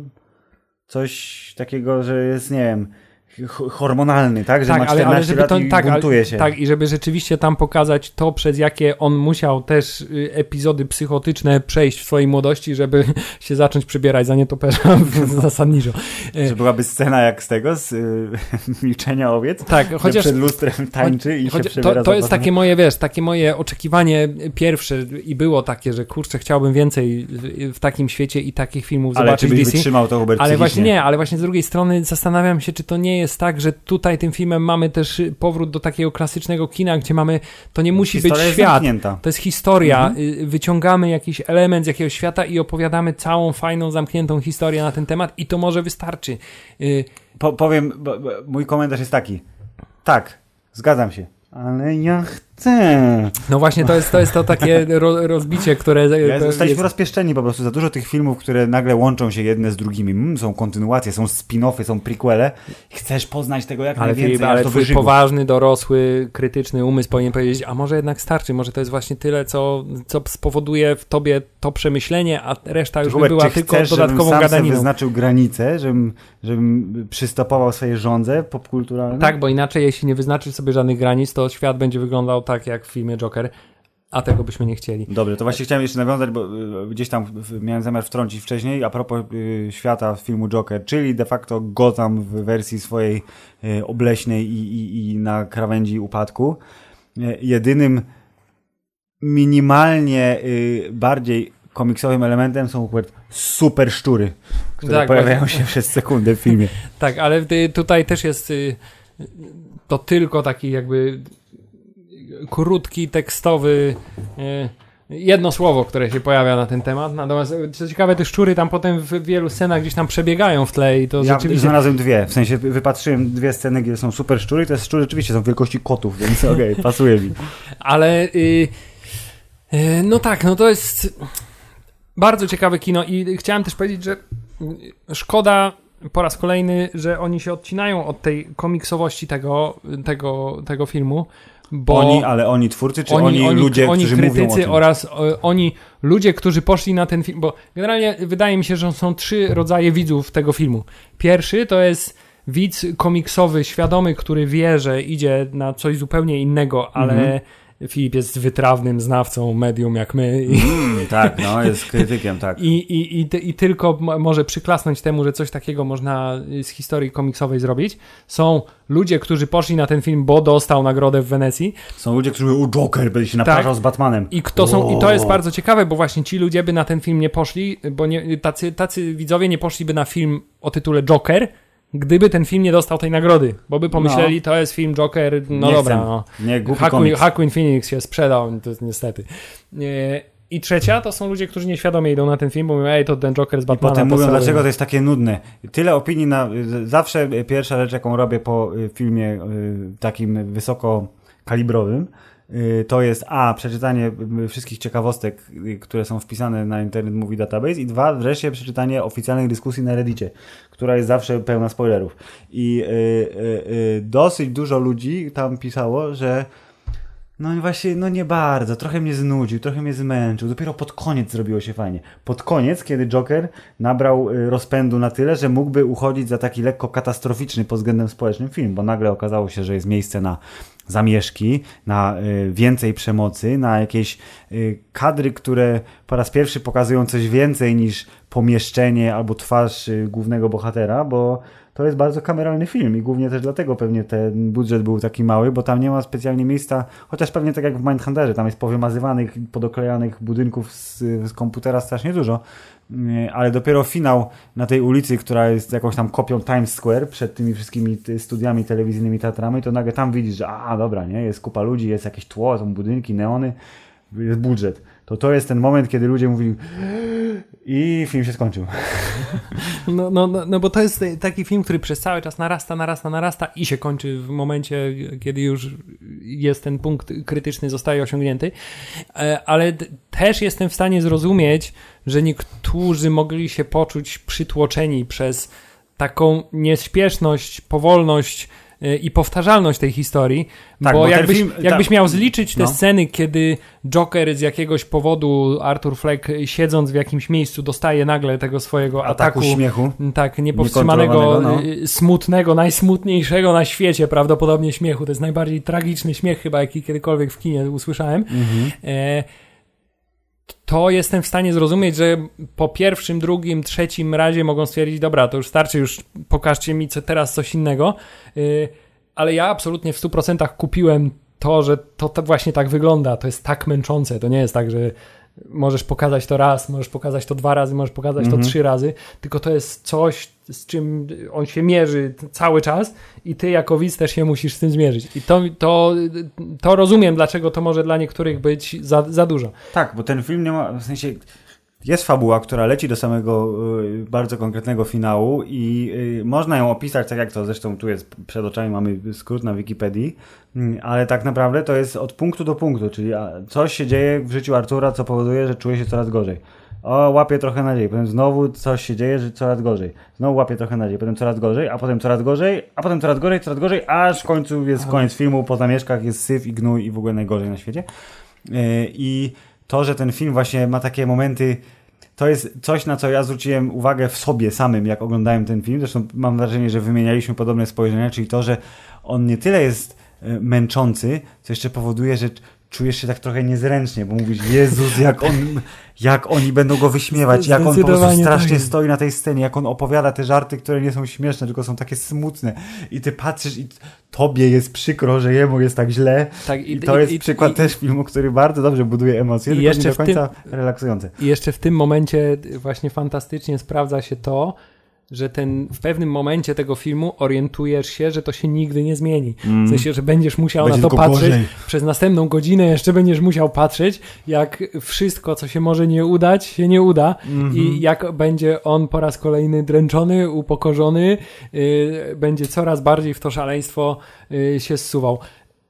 coś takiego, że jest, nie wiem, hormonalny, tak? Że tak, ma czternaście ale, ale lat to, i tak, buntuje się. Tak, i żeby rzeczywiście tam pokazać to, przez jakie on musiał też y, epizody psychotyczne przejść w swojej młodości, żeby się zacząć przybierać za nietoperza zasadniczo. Że byłaby scena jak z tego, z y, Milczenia owiec? Tak, chociaż... przed lustrem tańczy i choć, się przebiera. To, to jest takie moje, wiesz, takie moje oczekiwanie pierwsze i było takie, że kurczę, chciałbym więcej w, w takim świecie i takich filmów ale zobaczyć. Ale czy byś D C. wytrzymał to, Hubert, Ale psychicznie? właśnie nie, ale właśnie z drugiej strony zastanawiam się, czy to nie jest tak, że tutaj tym filmem mamy też powrót do takiego klasycznego kina, gdzie mamy, to nie musi Historia być świat, zamknięta. to jest historia, mhm. wyciągamy jakiś element z jakiegoś świata i opowiadamy całą fajną, zamkniętą historię na ten temat i to może wystarczy. Po, powiem, bo, bo mój komentarz jest taki, tak, zgadzam się, ale ja No właśnie, to jest to, jest to takie ro, rozbicie, które... Ja, zostaliśmy jest... rozpieszczeni po prostu. Za dużo tych filmów, które nagle łączą się jedne z drugimi. Mm, są kontynuacje, są spin-offy, są prequele. Chcesz poznać tego jak ale najwięcej, Filip, ale to twój poważny, dorosły, krytyczny umysł powinien powiedzieć, a może jednak starczy, może to jest właśnie tyle, co, co spowoduje w tobie to przemyślenie, a reszta już Hubert, by była czy tylko chcesz, dodatkową żebym sam gadaniną. wyznaczył granicę, żebym, żebym przystopował swojej żądze popkulturalnej? Tak, bo inaczej jeśli nie wyznaczysz sobie żadnych granic, to świat będzie wyglądał tak jak w filmie Joker, a tego byśmy nie chcieli. Dobrze, to właśnie chciałem jeszcze nawiązać, bo y, gdzieś tam y, miałem zamiar wtrącić wcześniej, a propos y, świata filmu Joker, czyli de facto Gotham w wersji swojej y, obleśnej i, i, i na krawędzi upadku. Y, jedynym minimalnie y, bardziej komiksowym elementem są super szczury, które tak, pojawiają właśnie się przez sekundę w filmie. Tak, ale tutaj też jest y, to tylko taki jakby krótki, tekstowy y, jedno słowo, które się pojawia na ten temat. Natomiast co ciekawe, te szczury tam potem w wielu scenach gdzieś tam przebiegają w tle i to ja rzeczywiście... znalazłem dwie, w sensie wypatrzyłem dwie sceny, gdzie są super szczury i te szczury rzeczywiście są wielkości kotów, więc okej, okay, pasuje mi. Ale y, y, no tak, no to jest bardzo ciekawe kino i chciałem też powiedzieć, że szkoda po raz kolejny, że oni się odcinają od tej komiksowości tego, tego, tego filmu. Bo oni, ale oni twórcy, czy oni, oni, oni ludzie, oni którzy krytycy mówią o tym? Oraz o, oni ludzie, którzy poszli na ten film, bo generalnie wydaje mi się, że są trzy rodzaje widzów tego filmu. Pierwszy to jest widz komiksowy, świadomy, który wie, że idzie na coś zupełnie innego, ale mm-hmm. Filip jest wytrawnym znawcą medium jak my. I, mm, tak, no, jest krytykiem, tak. I, i, i, I tylko może przyklasnąć temu, że coś takiego można z historii komiksowej zrobić. Są ludzie, którzy poszli na ten film, bo dostał nagrodę w Wenecji. Są ludzie, którzy mówią, o Joker, będzie się naparzał tak. z Batmanem. I, kto są, I to jest bardzo ciekawe, bo właśnie ci ludzie by na ten film nie poszli, bo nie, tacy, tacy widzowie nie poszliby na film o tytule Joker, gdyby ten film nie dostał tej nagrody, bo by pomyśleli, no. to jest film Joker, no nie dobra, no. Nie, głupi Joaquin, Joaquin Phoenix się sprzedał, to jest niestety. I trzecia to są ludzie, którzy nieświadomie idą na ten film, bo mówią, ej, to ten Joker z Batmana. I potem mówią, dlaczego to jest takie nudne. Tyle opinii na... Zawsze pierwsza rzecz, jaką robię po filmie takim wysokokalibrowym, to jest a, przeczytanie wszystkich ciekawostek, które są wpisane na Internet Movie Database i dwa, wreszcie przeczytanie oficjalnej dyskusji na Reddicie, która jest zawsze pełna spoilerów. I yy, yy, dosyć dużo ludzi tam pisało, że no właśnie, no nie bardzo, trochę mnie znudził, trochę mnie zmęczył, dopiero pod koniec zrobiło się fajnie. Pod koniec, kiedy Joker nabrał rozpędu na tyle, że mógłby uchodzić za taki lekko katastroficzny pod względem społecznym film, bo nagle okazało się, że jest miejsce na zamieszki, na y, więcej przemocy, na jakieś y, kadry, które po raz pierwszy pokazują coś więcej niż pomieszczenie albo twarz y, głównego bohatera, bo to jest bardzo kameralny film i głównie też dlatego pewnie ten budżet był taki mały, bo tam nie ma specjalnie miejsca, chociaż pewnie tak jak w Mindhunterze, tam jest powymazywanych, podoklejanych budynków z, z komputera strasznie dużo, ale dopiero finał na tej ulicy, która jest jakąś tam kopią Times Square przed tymi wszystkimi studiami telewizyjnymi, teatrami, to nagle tam widzisz, że a dobra, nie, jest kupa ludzi, jest jakieś tło, są budynki, neony, jest budżet. To to jest ten moment, kiedy ludzie mówili i film się skończył. No, no, no, no bo to jest taki film, który przez cały czas narasta, narasta, narasta i się kończy w momencie, kiedy już jest ten punkt krytyczny, zostaje osiągnięty. Ale też jestem w stanie zrozumieć, że niektórzy mogli się poczuć przytłoczeni przez taką nieśpieszność, powolność i powtarzalność tej historii, tak, bo, bo jakbyś, film, jakbyś ta... miał zliczyć te no. sceny, kiedy Joker z jakiegoś powodu, Arthur Fleck siedząc w jakimś miejscu dostaje nagle tego swojego ataku, ataku śmiechu, tak, niepowstrzymanego, no. smutnego, najsmutniejszego na świecie prawdopodobnie śmiechu, to jest najbardziej tragiczny śmiech chyba, jaki kiedykolwiek w kinie usłyszałem. Mhm. E, to jestem w stanie zrozumieć, że po pierwszym, drugim, trzecim razie mogą stwierdzić, dobra, to już starczy, już pokażcie mi co, teraz coś innego, yy, ale ja absolutnie w stu procentach kupiłem to, że to, to właśnie tak wygląda, to jest tak męczące, to nie jest tak, że możesz pokazać to raz, możesz pokazać to dwa razy, możesz pokazać mm-hmm. to trzy razy, tylko to jest coś, z czym on się mierzy cały czas i ty jako widz też się musisz z tym zmierzyć. I to, to, to rozumiem, dlaczego to może dla niektórych być za, za dużo. Tak, bo ten film nie ma, w sensie jest fabuła, która leci do samego y, bardzo konkretnego finału i y, można ją opisać tak jak to, zresztą tu jest przed oczami, mamy skrót na Wikipedii, y, ale tak naprawdę to jest od punktu do punktu, czyli a, coś się dzieje w życiu Artura, co powoduje, że czuje się coraz gorzej. O, łapie trochę nadziei, potem znowu coś się dzieje, że coraz gorzej. Znowu łapie trochę nadziei, potem coraz gorzej, a potem coraz gorzej, a potem coraz gorzej, coraz gorzej, aż w końcu jest koniec filmu, po zamieszkach jest syf i gnój i w ogóle najgorzej na świecie. Y, I to, że ten film właśnie ma takie momenty, to jest coś, na co ja zwróciłem uwagę w sobie samym, jak oglądałem ten film. Zresztą mam wrażenie, że wymienialiśmy podobne spojrzenia, czyli to, że on nie tyle jest męczący, co jeszcze powoduje, że czujesz się tak trochę niezręcznie, bo mówisz, Jezus, jak on, jak oni będą go wyśmiewać, jak on po prostu strasznie tak stoi na tej scenie, jak on opowiada te żarty, które nie są śmieszne, tylko są takie smutne i ty patrzysz i tobie jest przykro, że jemu jest tak źle tak, i, i to i, jest i, przykład i, też filmu, który bardzo dobrze buduje emocje, tylko nie do końca tym, relaksujące. I jeszcze w tym momencie właśnie fantastycznie sprawdza się to, że ten, w pewnym momencie tego filmu orientujesz się, że to się nigdy nie zmieni. Mm. W sensie, że będziesz musiał Będzie na to patrzeć gorzej. Przez następną godzinę jeszcze będziesz musiał patrzeć, jak wszystko, co się może nie udać, się nie uda mm-hmm. i jak będzie on po raz kolejny dręczony, upokorzony, yy, będzie coraz bardziej w to szaleństwo yy, się zsuwał.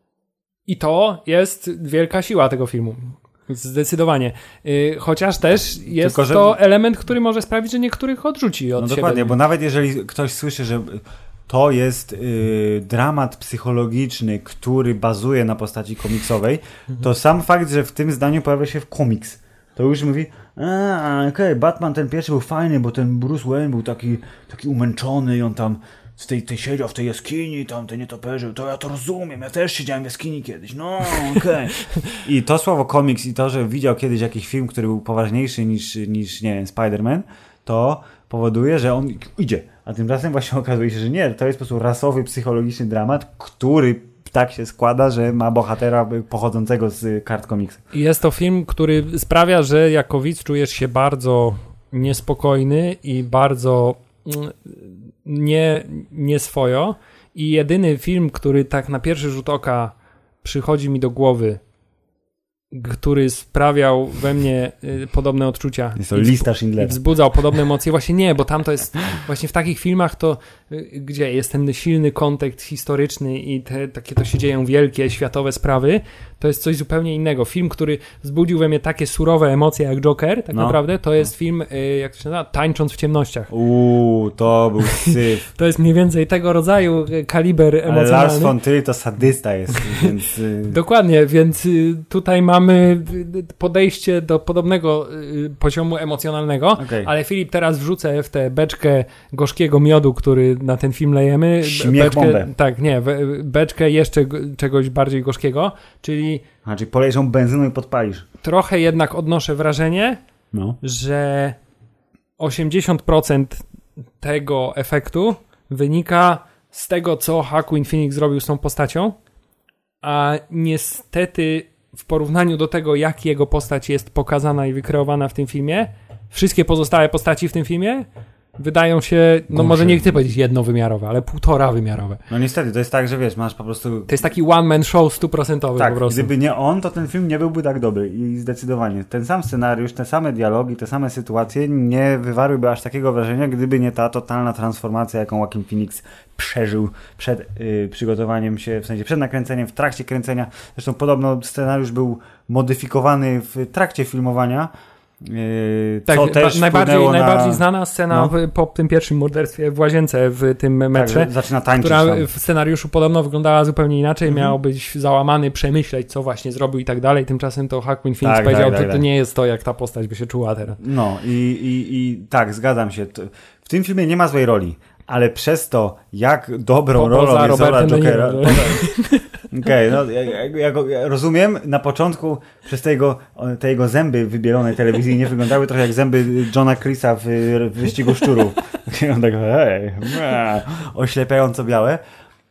I to jest wielka siła tego filmu. Zdecydowanie. Yy, chociaż też jest Tylko, że... to element, który może sprawić, że niektórych odrzuci od no siebie. Dokładnie, bo nawet jeżeli ktoś słyszy, że to jest yy, dramat psychologiczny, który bazuje na postaci komiksowej, mhm. to sam fakt, że w tym zdaniu pojawia się komiks, to już mówi, a okej, okay, Batman ten pierwszy był fajny, bo ten Bruce Wayne był taki, taki umęczony i on tam z tej, tej siedział w tej jaskini, tam te nietoperze, to ja to rozumiem, ja też siedziałem w jaskini kiedyś, no okej. Okay. I to słowo komiks i to, że widział kiedyś jakiś film, który był poważniejszy niż, niż nie wiem, Spider-Man, to powoduje, że on idzie. A tymczasem właśnie okazuje się, że nie, to jest po prostu rasowy, psychologiczny dramat, który tak się składa, że ma bohatera pochodzącego z kart komiksu. Jest to film, który sprawia, że jako widz czujesz się bardzo niespokojny i bardzo nie, nie swojo. I jedyny film, który tak na pierwszy rzut oka przychodzi mi do głowy, który sprawiał we mnie y, podobne odczucia. Jest to Lista Schindlera. I wzbudzał podobne emocje. Właśnie nie, bo tam to jest, właśnie w takich filmach to, y, gdzie jest ten silny kontekst historyczny i te, takie to się dzieją wielkie, światowe sprawy, to jest coś zupełnie innego. Film, który wzbudził we mnie takie surowe emocje jak Joker, tak no. naprawdę, to jest film, y, jak to się nazywa? Tańcząc w ciemnościach. Uuu, to był syf. To jest mniej więcej tego rodzaju kaliber emocjonalny. Ale Lars von Trier to sadysta jest, więc... Y... Dokładnie, więc y, tutaj mamy mamy podejście do podobnego poziomu emocjonalnego, okay. Ale Filip, teraz wrzucę w tę beczkę gorzkiego miodu, który na ten film lejemy. Śmiech beczkę, bombę. Tak, nie, beczkę jeszcze czegoś bardziej gorzkiego, czyli... A, czyli polejesz ją benzyną i podpalisz. Trochę jednak odnoszę wrażenie, no. że osiemdziesiąt procent tego efektu wynika z tego, co Joaquin Phoenix zrobił z tą postacią, a niestety w porównaniu do tego, jak jego postać jest pokazana i wykreowana w tym filmie, wszystkie pozostałe postaci w tym filmie wydają się, no Gorsze. Może nie chcę powiedzieć jednowymiarowe, ale półtora wymiarowe. No niestety, to jest tak, że wiesz, masz po prostu... To jest taki one-man show stuprocentowy tak, po prostu. Gdyby nie on, to ten film nie byłby tak dobry i zdecydowanie. Ten sam scenariusz, te same dialogi, te same sytuacje nie wywarłyby aż takiego wrażenia, gdyby nie ta totalna transformacja, jaką Joaquin Phoenix przeżył przed yy, przygotowaniem się, w sensie przed nakręceniem, w trakcie kręcenia. Zresztą podobno scenariusz był modyfikowany w trakcie filmowania. Yy, tak, co też najbardziej, na... najbardziej znana scena no. w, po tym pierwszym morderstwie w łazience w tym metrze, tak, zaczyna tańczyć która tam. w scenariuszu podobno wyglądała zupełnie inaczej, mhm. miał być załamany, przemyśleć, co właśnie zrobił i tak dalej. Tymczasem to Joaquin Phoenix tak, powiedział, tak, tak, to, to nie jest to, jak ta postać by się czuła teraz. No i, i, i tak, zgadzam się. W tym filmie nie ma złej roli, ale przez to, jak dobrą po, rolą jest rola Jokera... Okej, okay, no ja, ja, ja rozumiem, na początku przez te jego, te jego zęby wybielone telewizyjnie wyglądały trochę jak zęby Johna Chrisa w, w Wyścigu Szczurów. On tak, hej, oślepiająco białe.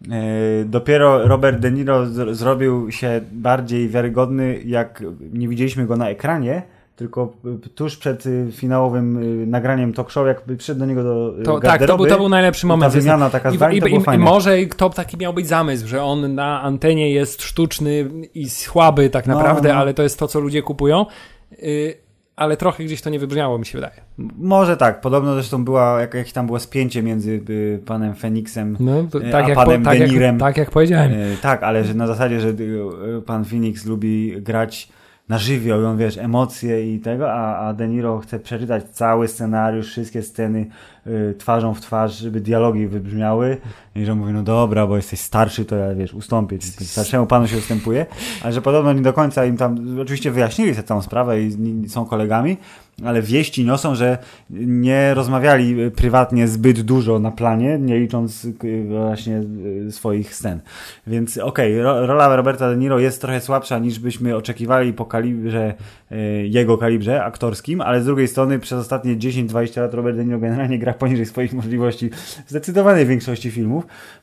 Dopiero Robert De Niro z, zrobił się bardziej wiarygodny, jak nie widzieliśmy go na ekranie, tylko tuż przed finałowym nagraniem talk show, jak przyszedł do niego do to, garderoby. Tak, to był, to był najlepszy moment. Ta wymiana taka zdań, I, to i, było i, fajne. I może to taki miał być zamysł, że on na antenie jest sztuczny i słaby tak naprawdę, no, no. ale to jest to, co ludzie kupują. ale trochę gdzieś to nie wybrzmiało, mi się wydaje. Może tak, podobno zresztą była, jak, jakieś tam było spięcie między y, panem Phoenixem no, to, y, tak a jak panem po, tak Denirem. Jak, tak jak powiedziałem. Y, tak, ale że na zasadzie, że y, pan Phoenix lubi grać na żywioł, on wiesz, emocje i tego, a, a De Niro chce przeczytać cały scenariusz, wszystkie sceny y, twarzą w twarz, żeby dialogi wybrzmiały i że mówi, no dobra, bo jesteś starszy, to ja wiesz, ustąpię, starszemu panu się ustępuje, ale że podobno nie do końca im tam, oczywiście wyjaśnili sobie całą sprawę i, i są kolegami, ale wieści niosą, że nie rozmawiali prywatnie zbyt dużo na planie, nie licząc właśnie swoich scen. Więc okej, okay, rola Roberta De Niro jest trochę słabsza niż byśmy oczekiwali po kalibrze, jego kalibrze aktorskim, ale z drugiej strony przez ostatnie dziesięć dwadzieścia lat Robert De Niro generalnie gra poniżej swoich możliwości w zdecydowanej większości filmów.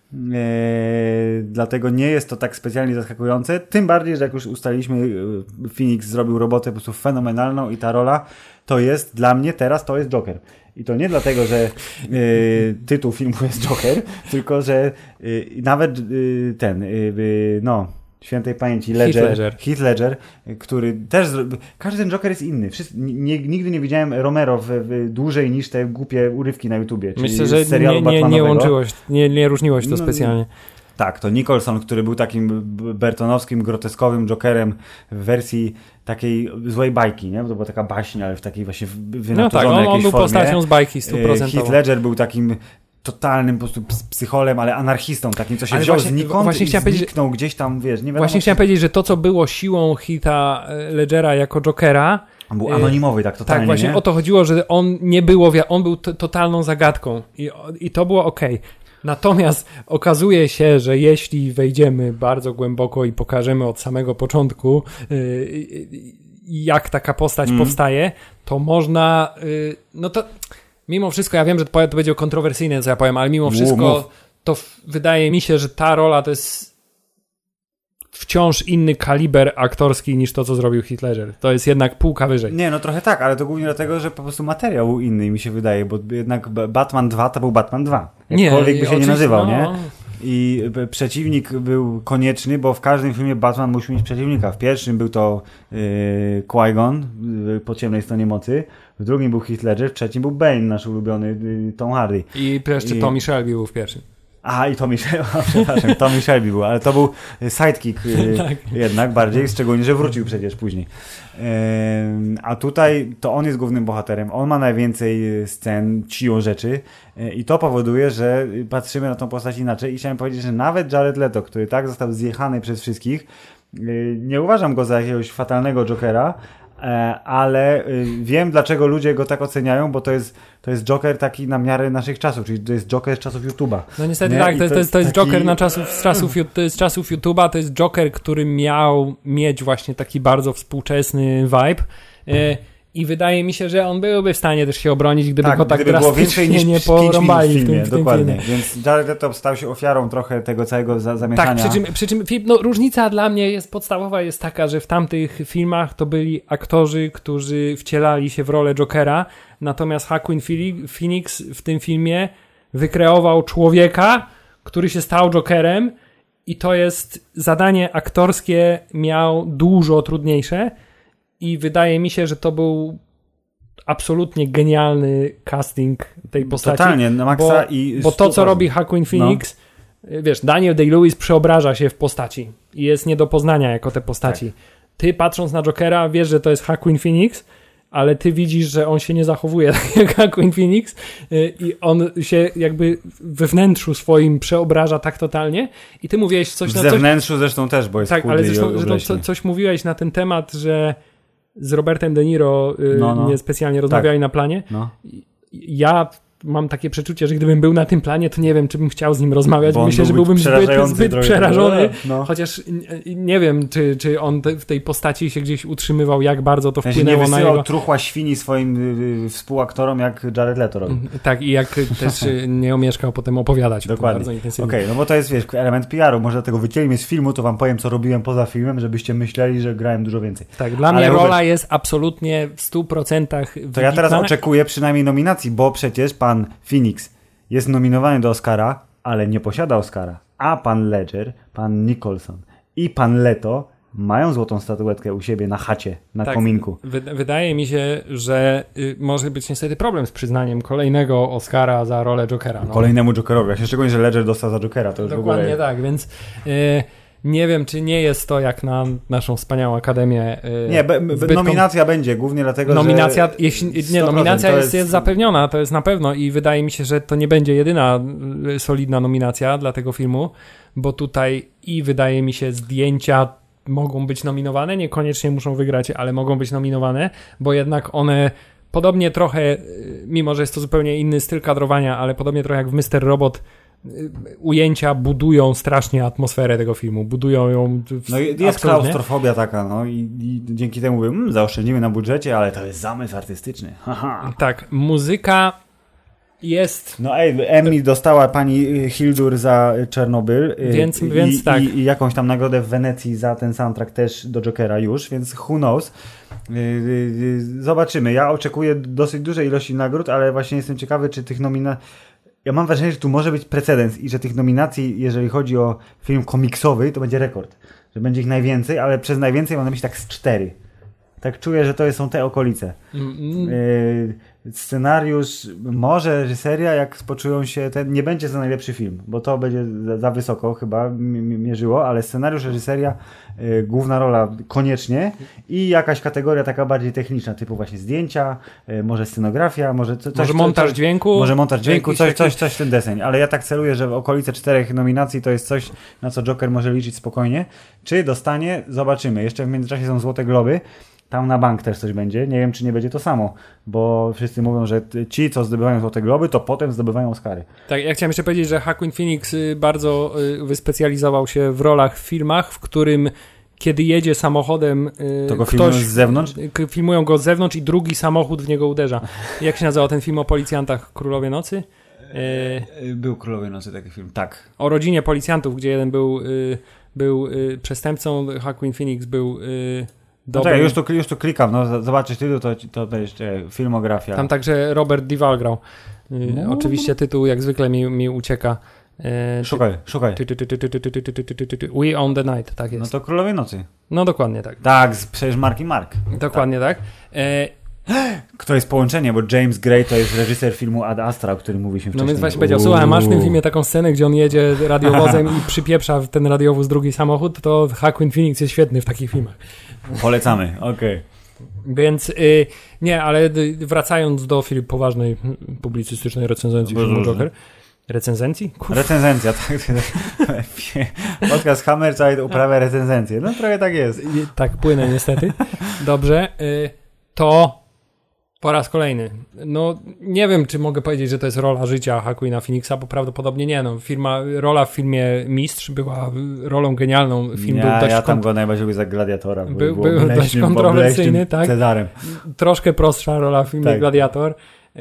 Eee, dlatego nie jest to tak specjalnie zaskakujące, tym bardziej, że jak już ustaliliśmy, Phoenix zrobił robotę po prostu fenomenalną i ta rola to jest dla mnie teraz to jest Joker. I to nie dlatego, że y, tytuł filmu jest Joker, tylko że y, nawet y, ten, y, no, świętej pamięci Ledger, Heath Ledger, Heath Ledger, który też, każdy ten Joker jest inny. Wszyscy, nie, nigdy nie widziałem Romero w, w dłużej niż te głupie urywki na YouTubie. Myślę, że nie, nie, nie łączyłoś, nie, nie różniłoś to no, specjalnie. Tak, to Nicholson, który był takim bertonowskim, groteskowym Jokerem w wersji takiej złej bajki, nie? To była taka baśń, ale w takiej właśnie wynaturzonej no tak, on, on był formie. postacią z bajki stuprocentowo. Heath Ledger był takim totalnym po prostu psycholem, ale anarchistą, takim, co się ale wziął właśnie, znikąd właśnie i zniknął gdzieś tam, wiesz, nie wiadomo. Właśnie chciałem powiedzieć, że to, co było siłą Heatha Ledgera jako Jokera, on był anonimowy, tak totalnie, tak, właśnie nie? o to chodziło, że on nie było, on był t- totalną zagadką i, i to było okej. Okay. Natomiast okazuje się, że jeśli wejdziemy bardzo głęboko i pokażemy od samego początku, yy, jak taka postać mm. powstaje, to można, yy, no to mimo wszystko, ja wiem, że to będzie kontrowersyjne, co ja powiem, ale mimo wszystko to f- wydaje mi się, że ta rola to jest wciąż inny kaliber aktorski niż to, co zrobił Heath Ledger. To jest jednak półka wyżej. Nie, no trochę tak, ale to głównie dlatego, że po prostu materiał był inny, mi się wydaje, bo jednak Batman dwa to był Batman dwa. Jakkolwiek nie, by się nie nazywał, no. nie? I przeciwnik był konieczny, bo w każdym filmie Batman musi mieć przeciwnika. W pierwszym był to yy, Qui-Gon yy, po ciemnej stronie mocy, w drugim był Heath Ledger, w trzecim był Bane, nasz ulubiony yy, Tom Hardy. I jeszcze I... Tommy Shelby był w pierwszym. A, i Tommy Shelby, przepraszam, Tommy Shelby był, ale to był sidekick yy, tak. jednak bardziej, szczególnie, że wrócił przecież później. Yy, a tutaj to on jest głównym bohaterem, on ma najwięcej scen, siłą rzeczy yy, i to powoduje, że patrzymy na tą postać inaczej i chciałem powiedzieć, że nawet Jared Leto, który tak został zjechany przez wszystkich, yy, nie uważam go za jakiegoś fatalnego Jokera, ale wiem, dlaczego ludzie go tak oceniają, bo to jest, to jest Joker taki na miarę naszych czasów, czyli to jest Joker z czasów YouTube'a. No niestety nie? tak, to, to, jest, to jest taki... Joker na czasów, z czasów, to jest czasów YouTube'a, to jest Joker, który miał mieć właśnie taki bardzo współczesny vibe. I wydaje mi się, że on byłby w stanie też się obronić, gdyby tak, go tak gdyby drastycznie niż nie porąbali w, filmie, w tym, w tym dokładnie. filmie. Więc Jared Leto stał się ofiarą trochę tego całego za, zamieszania. Tak, przy czym, przy czym no, różnica dla mnie jest podstawowa, jest taka, że w tamtych filmach to byli aktorzy, którzy wcielali się w rolę Jokera, natomiast Joaquin Phoenix w tym filmie wykreował człowieka, który się stał Jokerem i to jest zadanie aktorskie miał dużo trudniejsze. I wydaje mi się, że to był absolutnie genialny casting tej postaci. Totalnie, na maksa bo, i... Bo to, co robi Joaquin Phoenix, no. wiesz, Daniel Day-Lewis przeobraża się w postaci i jest nie do poznania jako te postaci. Tak. Ty patrząc na Jokera, wiesz, że to jest Joaquin Phoenix, ale ty widzisz, że on się nie zachowuje tak jak Joaquin Phoenix i on się jakby we wnętrzu swoim przeobraża tak totalnie i ty mówiłeś coś... W na zewnętrzu coś... zresztą też, bo jest tak, chudy ale zresztą, i zresztą co, coś mówiłeś na ten temat, że z Robertem De Niro y, no, no. niespecjalnie rozmawiali tak. na planie. No. Ja mam takie przeczucie, że gdybym był na tym planie, to nie wiem, czy bym chciał z nim rozmawiać. Bo Myślę, że byłbym zbyt, zbyt przerażony. No. Chociaż nie wiem, czy, czy on te, w tej postaci się gdzieś utrzymywał, jak bardzo to wpłynęło nie na jego... truchła świni swoim y, współaktorom, jak Jared Leto robił. Tak, i jak też nie omieszkał potem opowiadać. Dokładnie. Bardzo intensywnie. Okej, okay, no bo to jest, wiesz, element P R u. Może dlatego wycięliśmy z filmu, to wam powiem, co robiłem poza filmem, żebyście myśleli, że grałem dużo więcej. Tak, dla Ale mnie Robert... rola jest absolutnie w stu procentach wybitna. To ja teraz oczekuję przynajmniej nominacji, bo przecież pan Phoenix jest nominowany do Oscara, ale nie posiada Oscara. A pan Ledger, pan Nicholson i pan Leto mają złotą statuetkę u siebie na chacie, na tak, kominku. W- wydaje mi się, że y, może być niestety problem z przyznaniem kolejnego Oscara za rolę Jokera. No. Kolejnemu Jokerowi. Ja się szczególnie, że Ledger dostał za Jokera. To już Dokładnie w ogóle... tak, więc y, nie wiem, czy nie jest to jak na naszą wspaniałą akademię. Y, nie, be, be, nominacja kom... będzie, głównie dlatego, nominacja, że... Jeśli, nie, nominacja jest, jest... jest zapewniona, to jest na pewno i wydaje mi się, że to nie będzie jedyna solidna nominacja dla tego filmu, bo tutaj i wydaje mi się zdjęcia mogą być nominowane, niekoniecznie muszą wygrać, ale mogą być nominowane, bo jednak one podobnie trochę, mimo że jest to zupełnie inny styl kadrowania, ale podobnie trochę jak w mister Robot, ujęcia budują strasznie atmosferę tego filmu, budują ją w, no jest klaustrofobia taka, no i, i dzięki temu mówię, mmm, zaoszczędzimy na budżecie, ale to jest zamysł artystyczny. Haha. Tak, muzyka jest... No ej, Emmy dostała pani Hildur za Czernobyl więc, i, więc tak. i, i jakąś tam nagrodę w Wenecji za ten soundtrack też do Jokera już, więc who knows. Zobaczymy. Ja oczekuję dosyć dużej ilości nagród, ale właśnie jestem ciekawy, czy tych nominacji... Ja mam wrażenie, że tu może być precedens i że tych nominacji, jeżeli chodzi o film komiksowy, to będzie rekord. Że będzie ich najwięcej, ale przez najwięcej mam na myśli tak z cztery. Tak czuję, że to są te okolice. Mm. Yy, scenariusz, może reżyseria, jak poczują się, ten nie będzie za najlepszy film, bo to będzie za, za wysoko chyba m- mierzyło, ale scenariusz, reżyseria, yy, główna rola koniecznie i jakaś kategoria taka bardziej techniczna, typu właśnie zdjęcia, yy, może scenografia, może coś, może montaż coś, dźwięku, może montaż dźwięku, coś, coś, coś ten deseń, ale ja tak celuję, że w okolice czterech nominacji to jest coś, na co Joker może liczyć spokojnie. Czy dostanie? Zobaczymy. Jeszcze w międzyczasie są Złote Globy. Tam na bank też coś będzie. Nie wiem, czy nie będzie to samo, bo wszyscy mówią, że ci, co zdobywają Złote Globy, to potem zdobywają Oscary. Tak, ja chciałem jeszcze powiedzieć, że Joaquin Phoenix bardzo wyspecjalizował się w rolach w filmach, w którym kiedy jedzie samochodem, to go filmują z zewnątrz? Filmują go z zewnątrz i drugi samochód w niego uderza. Jak się nazywał ten film o policjantach Królowie Nocy? E... Był Królowie Nocy taki film, tak. O rodzinie policjantów, gdzie jeden był, był przestępcą, Joaquin Phoenix był... No tak, już tu, już tu klikam, no zobaczysz tytuł, to, to, to jeszcze filmografia. Tam także Robert Duvall grał. No. Oczywiście tytuł jak zwykle mi, mi ucieka. Szukaj, szukaj. We Own the Night, tak jest. No to Królowie Nocy. No dokładnie tak. Tak, przecież Mark i Mark. Dokładnie tak. tak. To jest połączenie, bo James Gray to jest reżyser filmu Ad Astra, o którym mówiliśmy wcześniej. No więc właśnie powiedział, słuchaj, masz w tym filmie taką scenę, gdzie on jedzie radiowozem i przypieprza w ten radiowóz drugi samochód, to Joaquin Phoenix jest świetny w takich filmach. Polecamy, okej. Okay. Więc y, nie, ale y, wracając do Filip poważnej publicystycznej recenzencji filmu Joker. Recenzencji? Kuf. Recenzencja, tak. Podcast Hammer Child uprawia recenzencję. No trochę tak jest. Tak, płynę niestety. Dobrze. Y, to po raz kolejny. No nie wiem, czy mogę powiedzieć, że to jest rola życia Joaquina Phoenixa, bo prawdopodobnie nie. No, firma, rola w filmie Mistrz była rolą genialną. Film ja, był dość ja tam go najbardziej lubię za Gladiatora. Był, był, był dość kontrowersyjny, tak? Cezarem. Troszkę prostsza rola w filmie tak. Gladiator.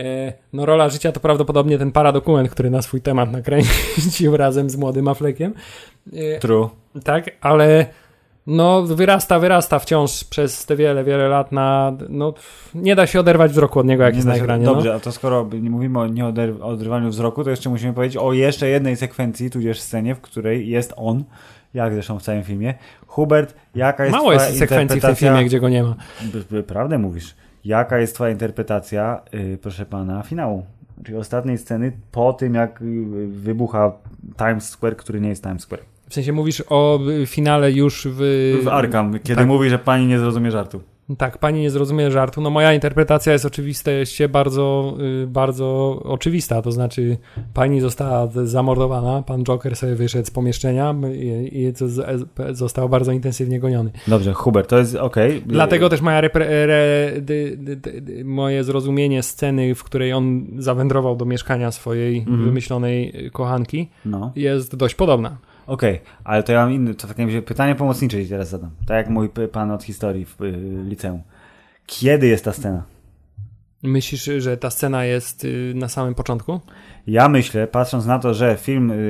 No rola życia to prawdopodobnie ten paradokument, który na swój temat nakręcił razem z młodym Affleckiem. True. Tak, ale no wyrasta, wyrasta wciąż przez te wiele, wiele lat na, no nie da się oderwać wzroku od niego, jak nie jest na ekranie. Dobrze, no. A to skoro nie mówimy o nieoderwaniu wzroku, to jeszcze musimy powiedzieć o jeszcze jednej sekwencji, tudzież scenie, w której jest on, jak zresztą w całym filmie. Hubert, jaka jest Mało twoja jest sekwencji w tym filmie, gdzie go nie ma. Prawdę mówisz. Jaka jest twoja interpretacja, yy, proszę pana, finału? Czyli ostatniej sceny po tym, jak wybucha Times Square, który nie jest Times Square. W sensie mówisz o finale już w... W Arkham, kiedy tak. mówi, że pani nie zrozumie żartu. Tak, pani nie zrozumie żartu. No moja interpretacja jest oczywiście bardzo, bardzo oczywista, to znaczy pani została zamordowana, pan Joker sobie wyszedł z pomieszczenia i, i został bardzo intensywnie goniony. Dobrze, Hubert, to jest okej. Okay. Dlatego też moja repre, re, dy, dy, dy, moje zrozumienie sceny, w której on zawędrował do mieszkania swojej mhm. wymyślonej kochanki, no. jest dość podobna. Okej, okay, ale to ja mam inne, to takie pytanie pomocnicze ci teraz zadam. Tak jak mój pan od historii w y, liceum. Kiedy jest ta scena? Myślisz, że ta scena jest y, na samym początku? Ja myślę, patrząc na to, że film y,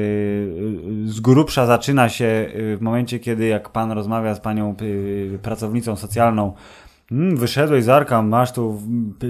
y, z grubsza zaczyna się w momencie, kiedy jak pan rozmawia z panią y, pracownicą socjalną, mm, wyszedłeś z Arkham, masz tu w,